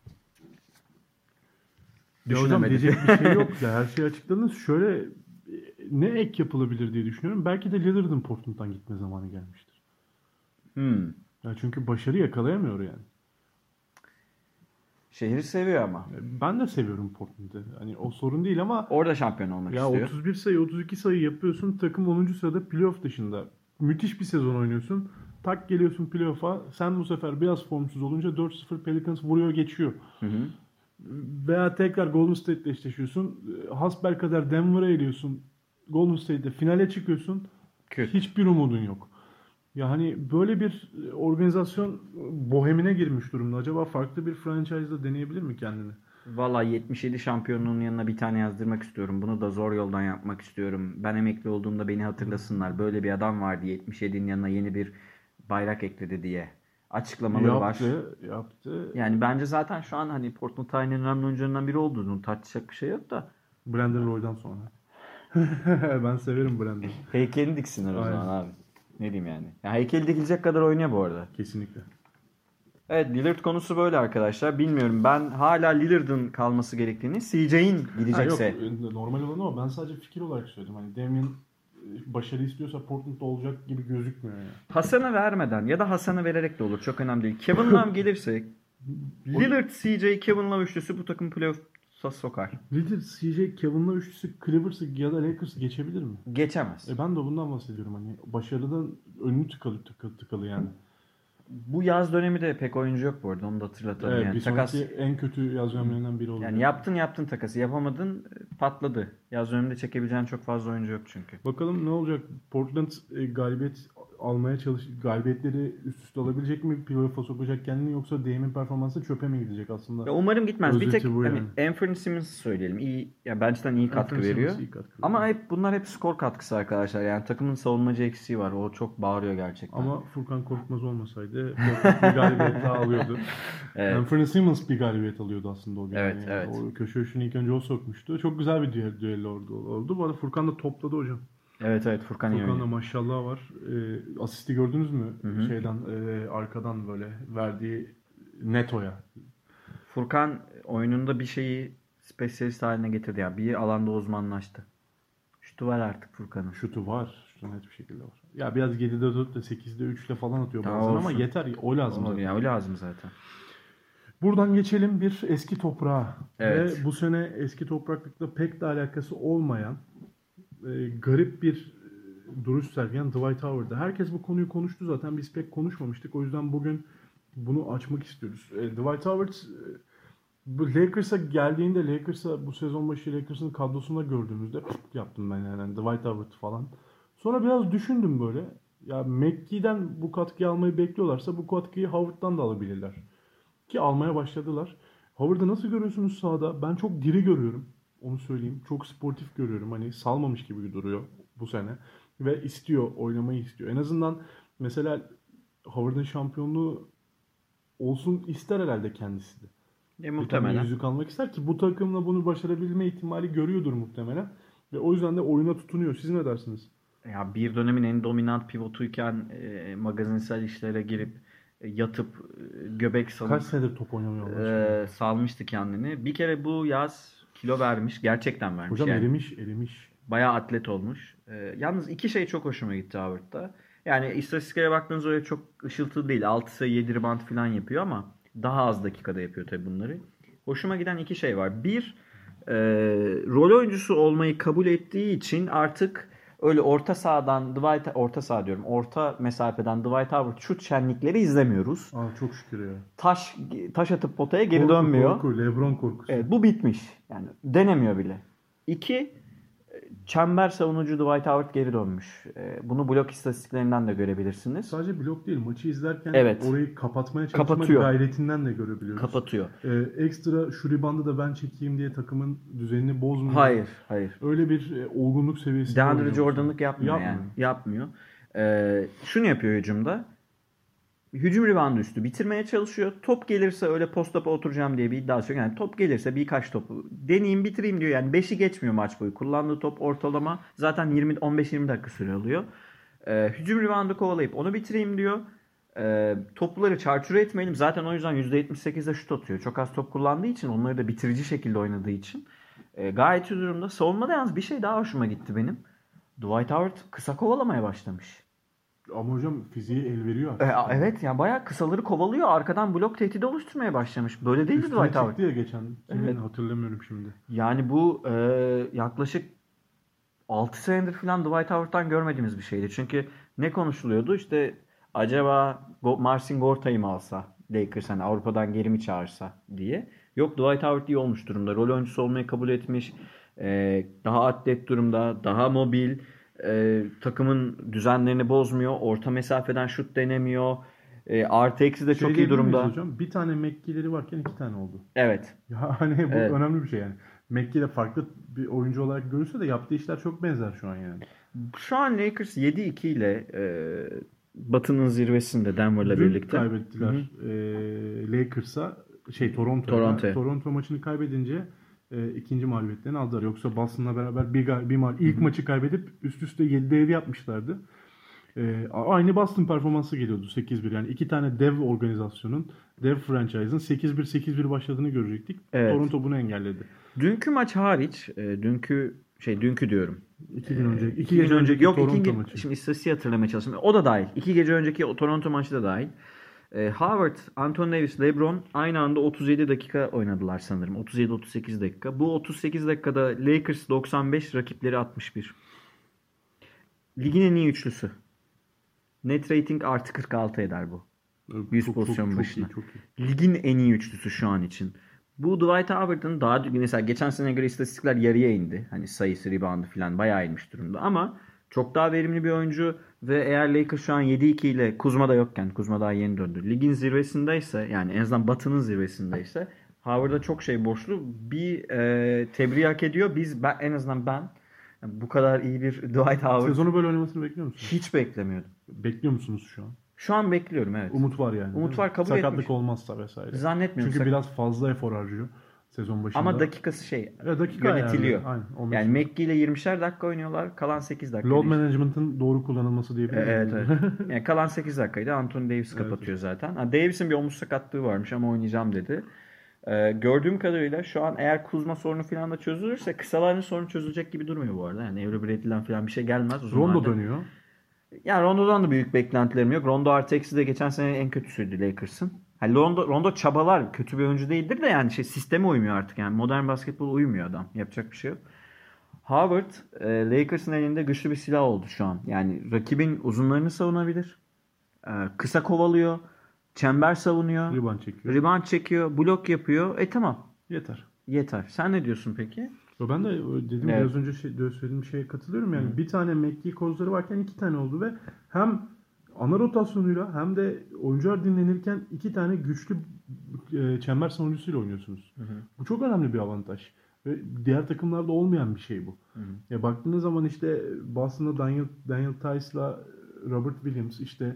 hocam Düşünemedim. diyecek bir şey yok ya. Her şeyi açıkladınız. Şöyle e, ne ek yapılabilir diye düşünüyorum. Belki de Lillard'ın Portland'dan gitme zamanı gelmiştir. Hmm. Ya çünkü başarı yakalayamıyor yani. Şehri seviyor ama. E, Ben de seviyorum Portland'ı. Hani o sorun değil ama Orada şampiyon olmak ya istiyor. otuz bir sayı otuz iki sayı yapıyorsun. Takım onuncu sırada playoff dışında. Müthiş bir sezon oynuyorsun. Tak geliyorsun playoff'a. Sen bu sefer biraz formsuz olunca dört sıfır Pelicans vuruyor geçiyor. Hı hı. Veya tekrar Golden State'le eşleşiyorsun. Hasbelkader Denver'a eliyorsun. Golden State'de finale çıkıyorsun. Kötü. Hiçbir umudun yok. Ya hani böyle bir organizasyon bohemine girmiş durumda. Acaba farklı bir franchise'da deneyebilir mi kendini? Valla yetmiş yedi şampiyonluğun yanına bir tane yazdırmak istiyorum. Bunu da zor yoldan yapmak istiyorum. Ben emekli olduğumda beni hatırlasınlar. Böyle bir adam vardı yetmiş yedinin yanına yeni bir bayrak ekledi diye. Açıklamaları var. Yaptı, yaptı. Yani bence zaten şu an hani Portland tarihinin önemli oyuncularından biri olduğunu tartışacak bir şey yok da. Brandon Roy'dan sonra. Ben severim Brandon'ı. Heykelini diksinler o Aynen. zaman abi. Ne diyeyim yani. Ya heykeli dikilecek kadar oynuyor bu arada. Kesinlikle. Evet Lillard konusu böyle arkadaşlar. Bilmiyorum ben hala Lillard'ın kalması gerektiğini C J'in Ha, gidecekse. yok, normal olan ama ben sadece fikir olarak söyledim. Hani Damian başarı istiyorsa Portland'da olacak gibi gözükmüyor yani. Hasan'ı vermeden ya da Hasan'ı vererek de olur. Çok önemli değil. Kevin Love gelirse Lillard, C J, Kevin Love üçlüsü bu takım playoff'a sokar. Lillard, C J, Kevin Love üçlüsü Clippers'ı ya da Lakers'ı geçebilir mi? Geçemez. E ben de bundan bahsediyorum hani başarıdan önü tıkalı tıkalı, tıkalı yani. Bu yaz dönemi de pek oyuncu yok bu arada. Onu da hatırlatalım. Evet, yani bir takas sonraki en kötü yaz dönemlerinden biri oldu. yani yaptın yaptın takası. Yapamadın patladı. Yaz döneminde çekebileceğin çok fazla oyuncu yok çünkü. Bakalım ne olacak? Portland e, galibiyet almaya çalış galibiyetleri üst üste alabilecek mi? Playoff'a sokacak kendini yoksa Dame'in performansı çöpe mi gidecek aslında? Ya umarım gitmez. Bir Özeti tek bu hani yani. Anthony Simmons söyleyelim. İyi ya bence iyi katkı Anthony veriyor. Simmons iyi katkı veriyor. Ama hep bunlar hep skor katkısı arkadaşlar. Yani takımın savunmacı eksiği var. O çok bağırıyor gerçekten. Ama Furkan Korkmaz olmasaydı Portland bir galibiyet daha alıyordu. Evet. Anthony Simmons bir galibiyet alıyordu aslında o gün. Evet, yani. evet. O köşe üçünü ilk önce o sokmuştu. Çok güzel bir düel, düello oldu, oldu. Bu arada Furkan da topladı hocam. Evet evet Furkan iyi Furkan'da oynuyor. maşallah var. E, asisti gördünüz mü? Hı hı. Şeyden e, arkadan böyle verdiği Neto'ya. Furkan oyununda bir şeyi spesyalist haline getirdi. Yani bir alanda uzmanlaştı. Şutu var artık Furkan'ın. Şutu var. Şutu net bir şekilde var. Ya biraz yedide dört ile sekizde üç ile falan atıyor Daha bazen ama olsun. yeter. O lazım Olur zaten. ya o lazım zaten. Buradan geçelim bir eski toprağa. Evet. Ve bu sene eski topraklıkla pek de alakası olmayan e, garip bir e, duruş sergileyen Dwight Howard'da. Herkes bu konuyu konuştu zaten. Biz pek konuşmamıştık. O yüzden bugün bunu açmak istiyoruz. E, Dwight Howard e, bu Lakers'a geldiğinde Lakers'a bu sezon başı Lakers'ın kadrosunda gördüğümüzde yaptım ben yani Dwight Howard falan. Sonra biraz düşündüm böyle. Ya McGee'den bu katkıyı almayı bekliyorlarsa bu katkıyı Howard'dan da alabilirler. Ki almaya başladılar. Howard'ı nasıl görüyorsunuz sahada? Ben çok diri görüyorum. Onu söyleyeyim. Çok sportif görüyorum. Hani salmamış gibi duruyor bu sene. Ve istiyor, oynamayı istiyor. En azından mesela Howard'ın şampiyonluğu olsun ister herhalde kendisi de. E, Bir tane muhtemelen. yüzük almak ister ki bu takımla bunu başarabilme ihtimali görüyordur muhtemelen. Ve o yüzden de oyuna tutunuyor. Siz ne dersiniz? Ya bir dönemin en dominant pivotuyken e, magazinsel işlere girip e, yatıp e, göbek salıp Kaç senedir top oynamıyorlar? e, salmıştı kendini. Bir kere bu yaz kilo vermiş. Gerçekten vermiş. Hocam yani. erimiş, erimiş. Bayağı atlet olmuş. E, yalnız iki şey çok hoşuma gitti Howard'da. Yani istatistiklere baktığınız öyle çok ışıltılı değil. altı sayı yedi rebound falan yapıyor ama daha az dakikada yapıyor tabii bunları. Hoşuma giden iki şey var. Bir, e, rol oyuncusu olmayı kabul ettiği için artık öyle orta sahadan Dwight orta saha diyorum. Orta mesafeden Dwight Howard şut şenlikleri izlemiyoruz. Aa, çok şükür ya. Taş taş atıp potaya geri Korku, dönmüyor. Korku, LeBron korkusu. Evet, bu bitmiş. Yani denemiyor bile. İki, çember savunucu Dwight Howard geri dönmüş. Bunu blok istatistiklerinden de görebilirsiniz. Sadece blok değil, maçı izlerken evet. orayı kapatmaya çalışma Kapatıyor. gayretinden de görebiliyoruz. Kapatıyor. Ee, ekstra şu ribandı da ben çekeyim diye takımın düzenini bozmuyor. Hayır, hayır. Öyle bir e, olgunluk seviyesi. DeAndre Jordan'lık yapmıyor, yapmıyor yani. Yapmıyor. Ee, şunu yapıyor hücumda. Hücum ribandı üstü bitirmeye çalışıyor. Top gelirse öyle post-up'a oturacağım diye bir iddiası yok. Yani top gelirse birkaç topu deneyeyim bitireyim diyor. Yani beşi geçmiyor maç boyu. Kullandığı top ortalama zaten yirmi on beş yirmi dakika süre alıyor. Ee, hücum ribandı kovalayıp onu bitireyim diyor. Ee, topları çarçur etmeyelim. Zaten o yüzden yüzde yetmiş sekizde şut atıyor. Çok az top kullandığı için, onları da bitirici şekilde oynadığı için. Ee, gayet iyi durumda. Savunmada yalnız bir şey daha hoşuma gitti benim. Dwight Howard kısa kovalamaya başlamış. Ama hocam fiziği el veriyor artık. E, evet yani bayağı kısaları kovalıyor. Arkadan blok tehdidi oluşturmaya başlamış. Böyle değildi Üstüne Dwight Howard. çıktı ya geçen. Kimin Evet. hatırlamıyorum şimdi. Yani bu e, yaklaşık altı senedir falan Dwight Howard'tan görmediğimiz bir şeydi. Çünkü ne konuşuluyordu? İşte acaba Marcin Gorta'yı mı alsa Lakers, hani Avrupa'dan geri mi çağırsa diye. Yok, Dwight Howard iyi olmuş durumda. Rol oyuncusu olmayı kabul etmiş. E, daha atlet durumda. Daha mobil. E, takımın düzenlerini bozmuyor. Orta mesafeden şut denemiyor. E, artı eksi de Şey çok iyi durumda. Hocam? Bir tane Mekki'leri varken iki tane oldu. Evet. Ya hani bu Evet. önemli bir şey yani. Mekki de farklı bir oyuncu olarak görülse de yaptığı işler çok benzer şu an yani. Şu an Lakers yedi iki ile e, Batı'nın zirvesinde Denver'la Dün birlikte. kaybettiler e, Lakers'a şey Toronto'ya. Toronto'ya. Toronto maçını kaybedince e, ikinci mağlubiyetlerini aldılar. Yoksa Boston'la beraber bir, bir ma- ilk Hı-hı. maçı kaybedip üst üste yedide yedi yapmışlardı. E, aynı Boston performansı geliyordu sekiz bir. Yani iki tane dev organizasyonun, dev franchise'ın sekiz bir sekiz bir başladığını görecektik. Evet. Toronto bunu engelledi. Dünkü maç hariç, e, dünkü şey dünkü diyorum. İki gün önce. İki, iki gece önceki yok Toronto iki maçı. Şimdi istatistiği hatırlamaya çalışıyorum. O da dahil. İki gece önceki o Toronto maçı da dahil. E, Howard, Anthony Davis, LeBron aynı anda otuz yedi dakika oynadılar sanırım. otuz yedi otuz sekiz dakika. Bu otuz sekiz dakikada Lakers doksan beş, rakipleri altmış bir. Ligin en iyi üçlüsü. Net rating artı kırk altı eder bu. yüz çok, pozisyon çok, başına. Çok iyi, çok iyi. Ligin en iyi üçlüsü şu an için. Bu Dwight Howard'ın daha mesela geçen sene göre istatistikler yarıya indi. Hani sayısı, reboundu falan bayağı inmiş durumda. Ama çok daha verimli bir oyuncu ve eğer Lakers şu an yedi iki ile Kuzma da yokken, Kuzma daha yeni döndü. Ligin zirvesindeyse, yani en azından Batı'nın zirvesindeyse Howard'a çok şey borçlu. Bir e, tebriği hak ediyor. Biz ben, en azından ben yani bu kadar iyi bir Dwight Howard sezonu böyle oynamasını bekliyor musunuz? Hiç beklemiyordum. Bekliyor musunuz şu an? Şu an bekliyorum, evet. Umut var yani. Umut var, kabul Sakatlık etmiş. olmazsa vesaire. Zannetmiyorum. Çünkü Sak- biraz fazla efor harcıyor sezon başında. Ama dakikası şey evet, dakika yönetiliyor. Yani, Aynen, yani Mekki ile yirmişer dakika oynuyorlar. Kalan sekiz dakika. Load management'ın doğru kullanılması diyebilir miyim? Evet, evet. Yani kalan sekiz dakikaydı. Anthony Davis kapatıyor evet. zaten. Ha, Davis'in bir omuz sakatlığı varmış ama oynayacağım dedi. Ee, gördüğüm kadarıyla şu an eğer Kuzma sorunu falan da çözülürse kısaların sorunu çözülecek gibi durmuyor bu arada. Yani Avery Bradley'den falan bir şey gelmez. Uzunlarda. Rondo dönüyor. Yani Rondo'dan da büyük beklentilerim yok. Rondo artı eksi de geçen sene en kötüsüydü Lakers'ın. Yani Rondo, Rondo çabalar. Kötü bir oyuncu değildir de yani şey sisteme uymuyor artık. Yani modern basketbol uymuyor adam. Yapacak bir şey yok. Howard e, Lakers'ın elinde güçlü bir silah oldu şu an. Yani rakibin uzunlarını savunabilir. E, kısa kovalıyor. Çember savunuyor. Rebound çekiyor. Rebound çekiyor. Blok yapıyor. E tamam. Yeter. Yeter. Sen ne diyorsun peki? Ben de dedim evet. biraz önce şey, söylediğim şeye katılıyorum. Yani Hı. bir tane Mekki kozları varken iki tane oldu ve hem ana rotasyonuyla hem de oyuncular dinlenirken iki tane güçlü e, çember savunucusuyla oynuyorsunuz. Hı hı. Bu çok önemli bir avantaj. Ve diğer takımlarda olmayan bir şey bu. Hı hı. Ya baktığınız zaman işte Boston'da Daniel, Daniel Tice'la Robert Williams, işte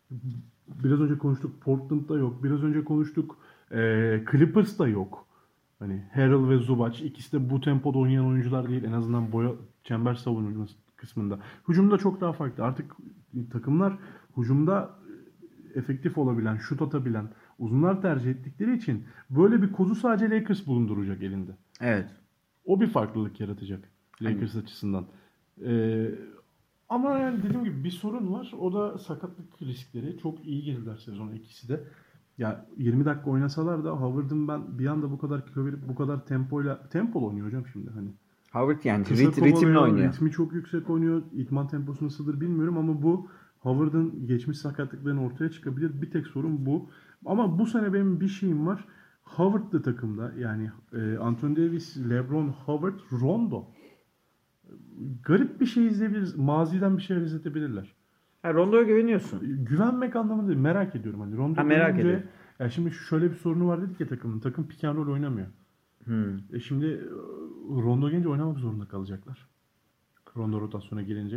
biraz önce konuştuk Portland'da yok. Biraz önce konuştuk e, Clippers'da yok. Hani Harrell ve Zubac ikisi de bu tempoda oynayan oyuncular değil. En azından boya çember savunması kısmında. Hücumda çok daha farklı. Artık takımlar hücumda efektif olabilen, şut atabilen uzunlar tercih ettikleri için böyle bir kozu sadece Lakers bulunduracak elinde. Evet. O bir farklılık yaratacak Lakers Aynen. açısından. Ee, ama yani dediğim gibi bir sorun var. O da sakatlık riskleri. Çok iyi girdiler sezona ikisi de. Ya yirmi dakika oynasalar da Howard'ın ben bir anda bu kadar kilo verip bu kadar tempoyla tempolu oynuyor hocam şimdi hani. Howard yani Kısa rit, ritimli kovalıyor, oynuyor. Ritmi çok yüksek oynuyor. İdman temposu nasıldır bilmiyorum ama bu Howard'ın geçmiş sakatlıklarının ortaya çıkabilir. Bir tek sorun bu. Ama bu sene benim bir şeyim var. Howard da takımda. Yani e, Anthony Davis, LeBron, Howard, Rondo. Garip bir şey izleyebiliriz. Maziden bir şeyler izletebilirler. Ha, Rondo'ya güveniyorsun. Güvenmek anlamında değil. Merak ediyorum. Hani Rondo Ha, merak dönünce- ediyorum. Ya şimdi şöyle bir sorunu var dedik ya takımın. Takım pick and roll oynamıyor. Hmm. E şimdi e, Rondo gelince oynamak zorunda kalacaklar. Rondo rotasyona girince.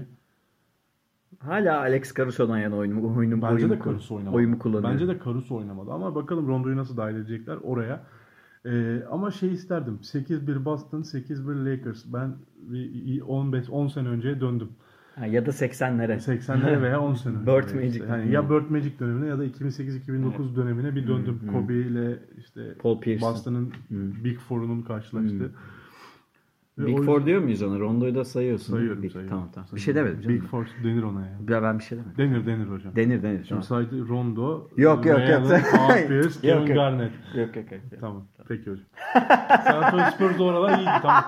Hala Alex Caruso'dan yana oyunu, oyunu, Bence oyumu, de Caruso oynamadı. oyumu kullanıyor. Bence de Caruso oynamadı ama bakalım Rondo'yu nasıl dahil edecekler oraya. Ee, ama şey isterdim. sekiz bir Boston, sekiz bir Lakers. Ben bir on beş on sene önceye döndüm. Ha, ya da seksenlere. seksenlere veya on sene önce. Bird işte. Magic. Yani ya Bird Magic dönemine ya da iki bin sekiz iki bin dokuz dönemine bir döndüm. Hmm, Kobe ile işte Paul Pierce. Boston'ın Hmm. Big Four'unun karşılaştığı. Ve Big o Four yüzden- diyor muyuz ona? Rondo'yu da sayıyorsun. Sayıyorum, Big, sayıyorum. Tamam tamam. Bir Sayıyorum. şey demedim canım. Big Four denir ona ya. Ya ben bir şey demedim. Denir denir hocam. Denir denir. Şimdi Tamam. saydı Rondo, Yok, yok, Ray yok. Allen, Paul Pierce, Yok, Kevin yok. Garnett. Yok yok yok. Tamam. Peki hocam. San Antonio Spurs oralar iyiydi tamam.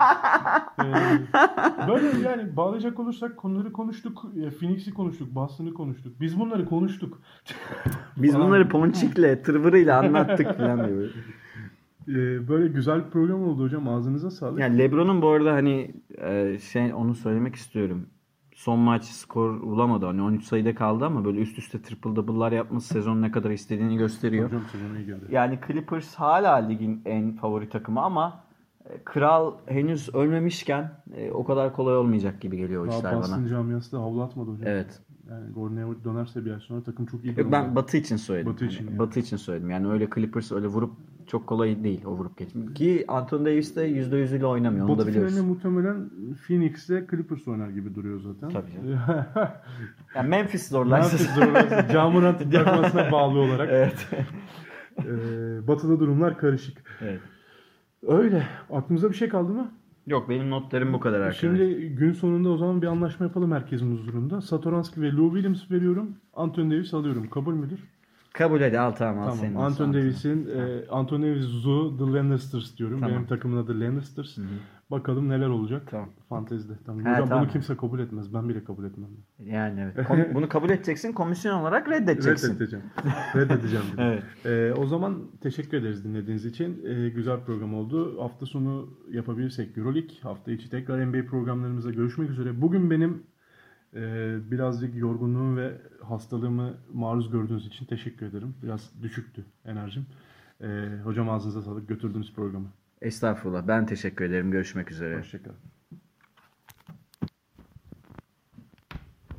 Ee, böyle yani bağlayacak olursak konuları konuştuk. E, Phoenix'i konuştuk. Boston'ı konuştuk. Biz bunları konuştuk. Biz Falan. bunları ponçikle, tırvırıyla anlattık falan diyor. Ee, böyle güzel bir program oldu hocam. Ağzınıza sağlık. Yani LeBron'un bu arada hani e, şey onu söylemek istiyorum. Son maç skor bulamadı. Hani on üç sayıda kaldı ama böyle üst üste triple double'lar yapması sezon ne kadar istediğini gösteriyor. Hocam sezon iyi geldi. Yani Clippers hala ligin en favori takımı ama e, Kral henüz ölmemişken e, o kadar kolay olmayacak gibi geliyor o Daha işler Boston bana. camiası da havlu atmadı hocam. Evet. Yani Gordon Hayward dönerse bir ay sonra takım çok iyi Yok, durumda. ben Batı için söyledim. Batı için Hani yani. Batı için söyledim. Yani öyle Clippers öyle vurup çok kolay değil o vurup geçmek. Ki Anthony Davis de yüzde yüz ile oynamıyor. Onu Batı da biliyoruz. finaline muhtemelen Phoenix'le Clippers oynar gibi duruyor zaten. Tabii canım. Yani Memphis zorlarsa. Memphis zorlarsa Ja Morant'ın takmasına bağlı olarak. Evet. Ee, batı'da durumlar karışık. Evet. Öyle. Aklınıza bir şey kaldı mı? Yok benim notlarım bu kadar arkadaşlar. Şimdi gün sonunda o zaman bir anlaşma yapalım herkesin huzurunda. Satoranski ve Lou Williams veriyorum. Anthony Davis alıyorum. Kabul müdür? Kabul hadi al tamam al Tamam. senin. Anthony olsun. Davis'in e, Anthony Davis Zoo The Lannisters diyorum. Tamam. Benim takımın adı Lannisters. Bakalım neler olacak. Tamam. Fantezide. Tamam. He, Hocam tamam. bunu kimse kabul etmez. Ben bile kabul etmem. Yani evet. Kom- bunu kabul edeceksin, komisyon olarak reddedeceksin. Reddedeceğim. Reddedeceğim. bir de. Evet. Ee, o zaman teşekkür ederiz dinlediğiniz için. Ee, güzel program oldu. Hafta sonu yapabilirsek Euroleague. Hafta içi tekrar N B A programlarımızda görüşmek üzere. Bugün benim e, birazcık yorgunluğum ve hastalığımı maruz gördüğünüz için teşekkür ederim. Biraz düşüktü enerjim. Ee, hocam ağzınıza sağlık. Götürdünüz programı. Estağfurullah. Ben teşekkür ederim. Görüşmek üzere. Hoşçakalın.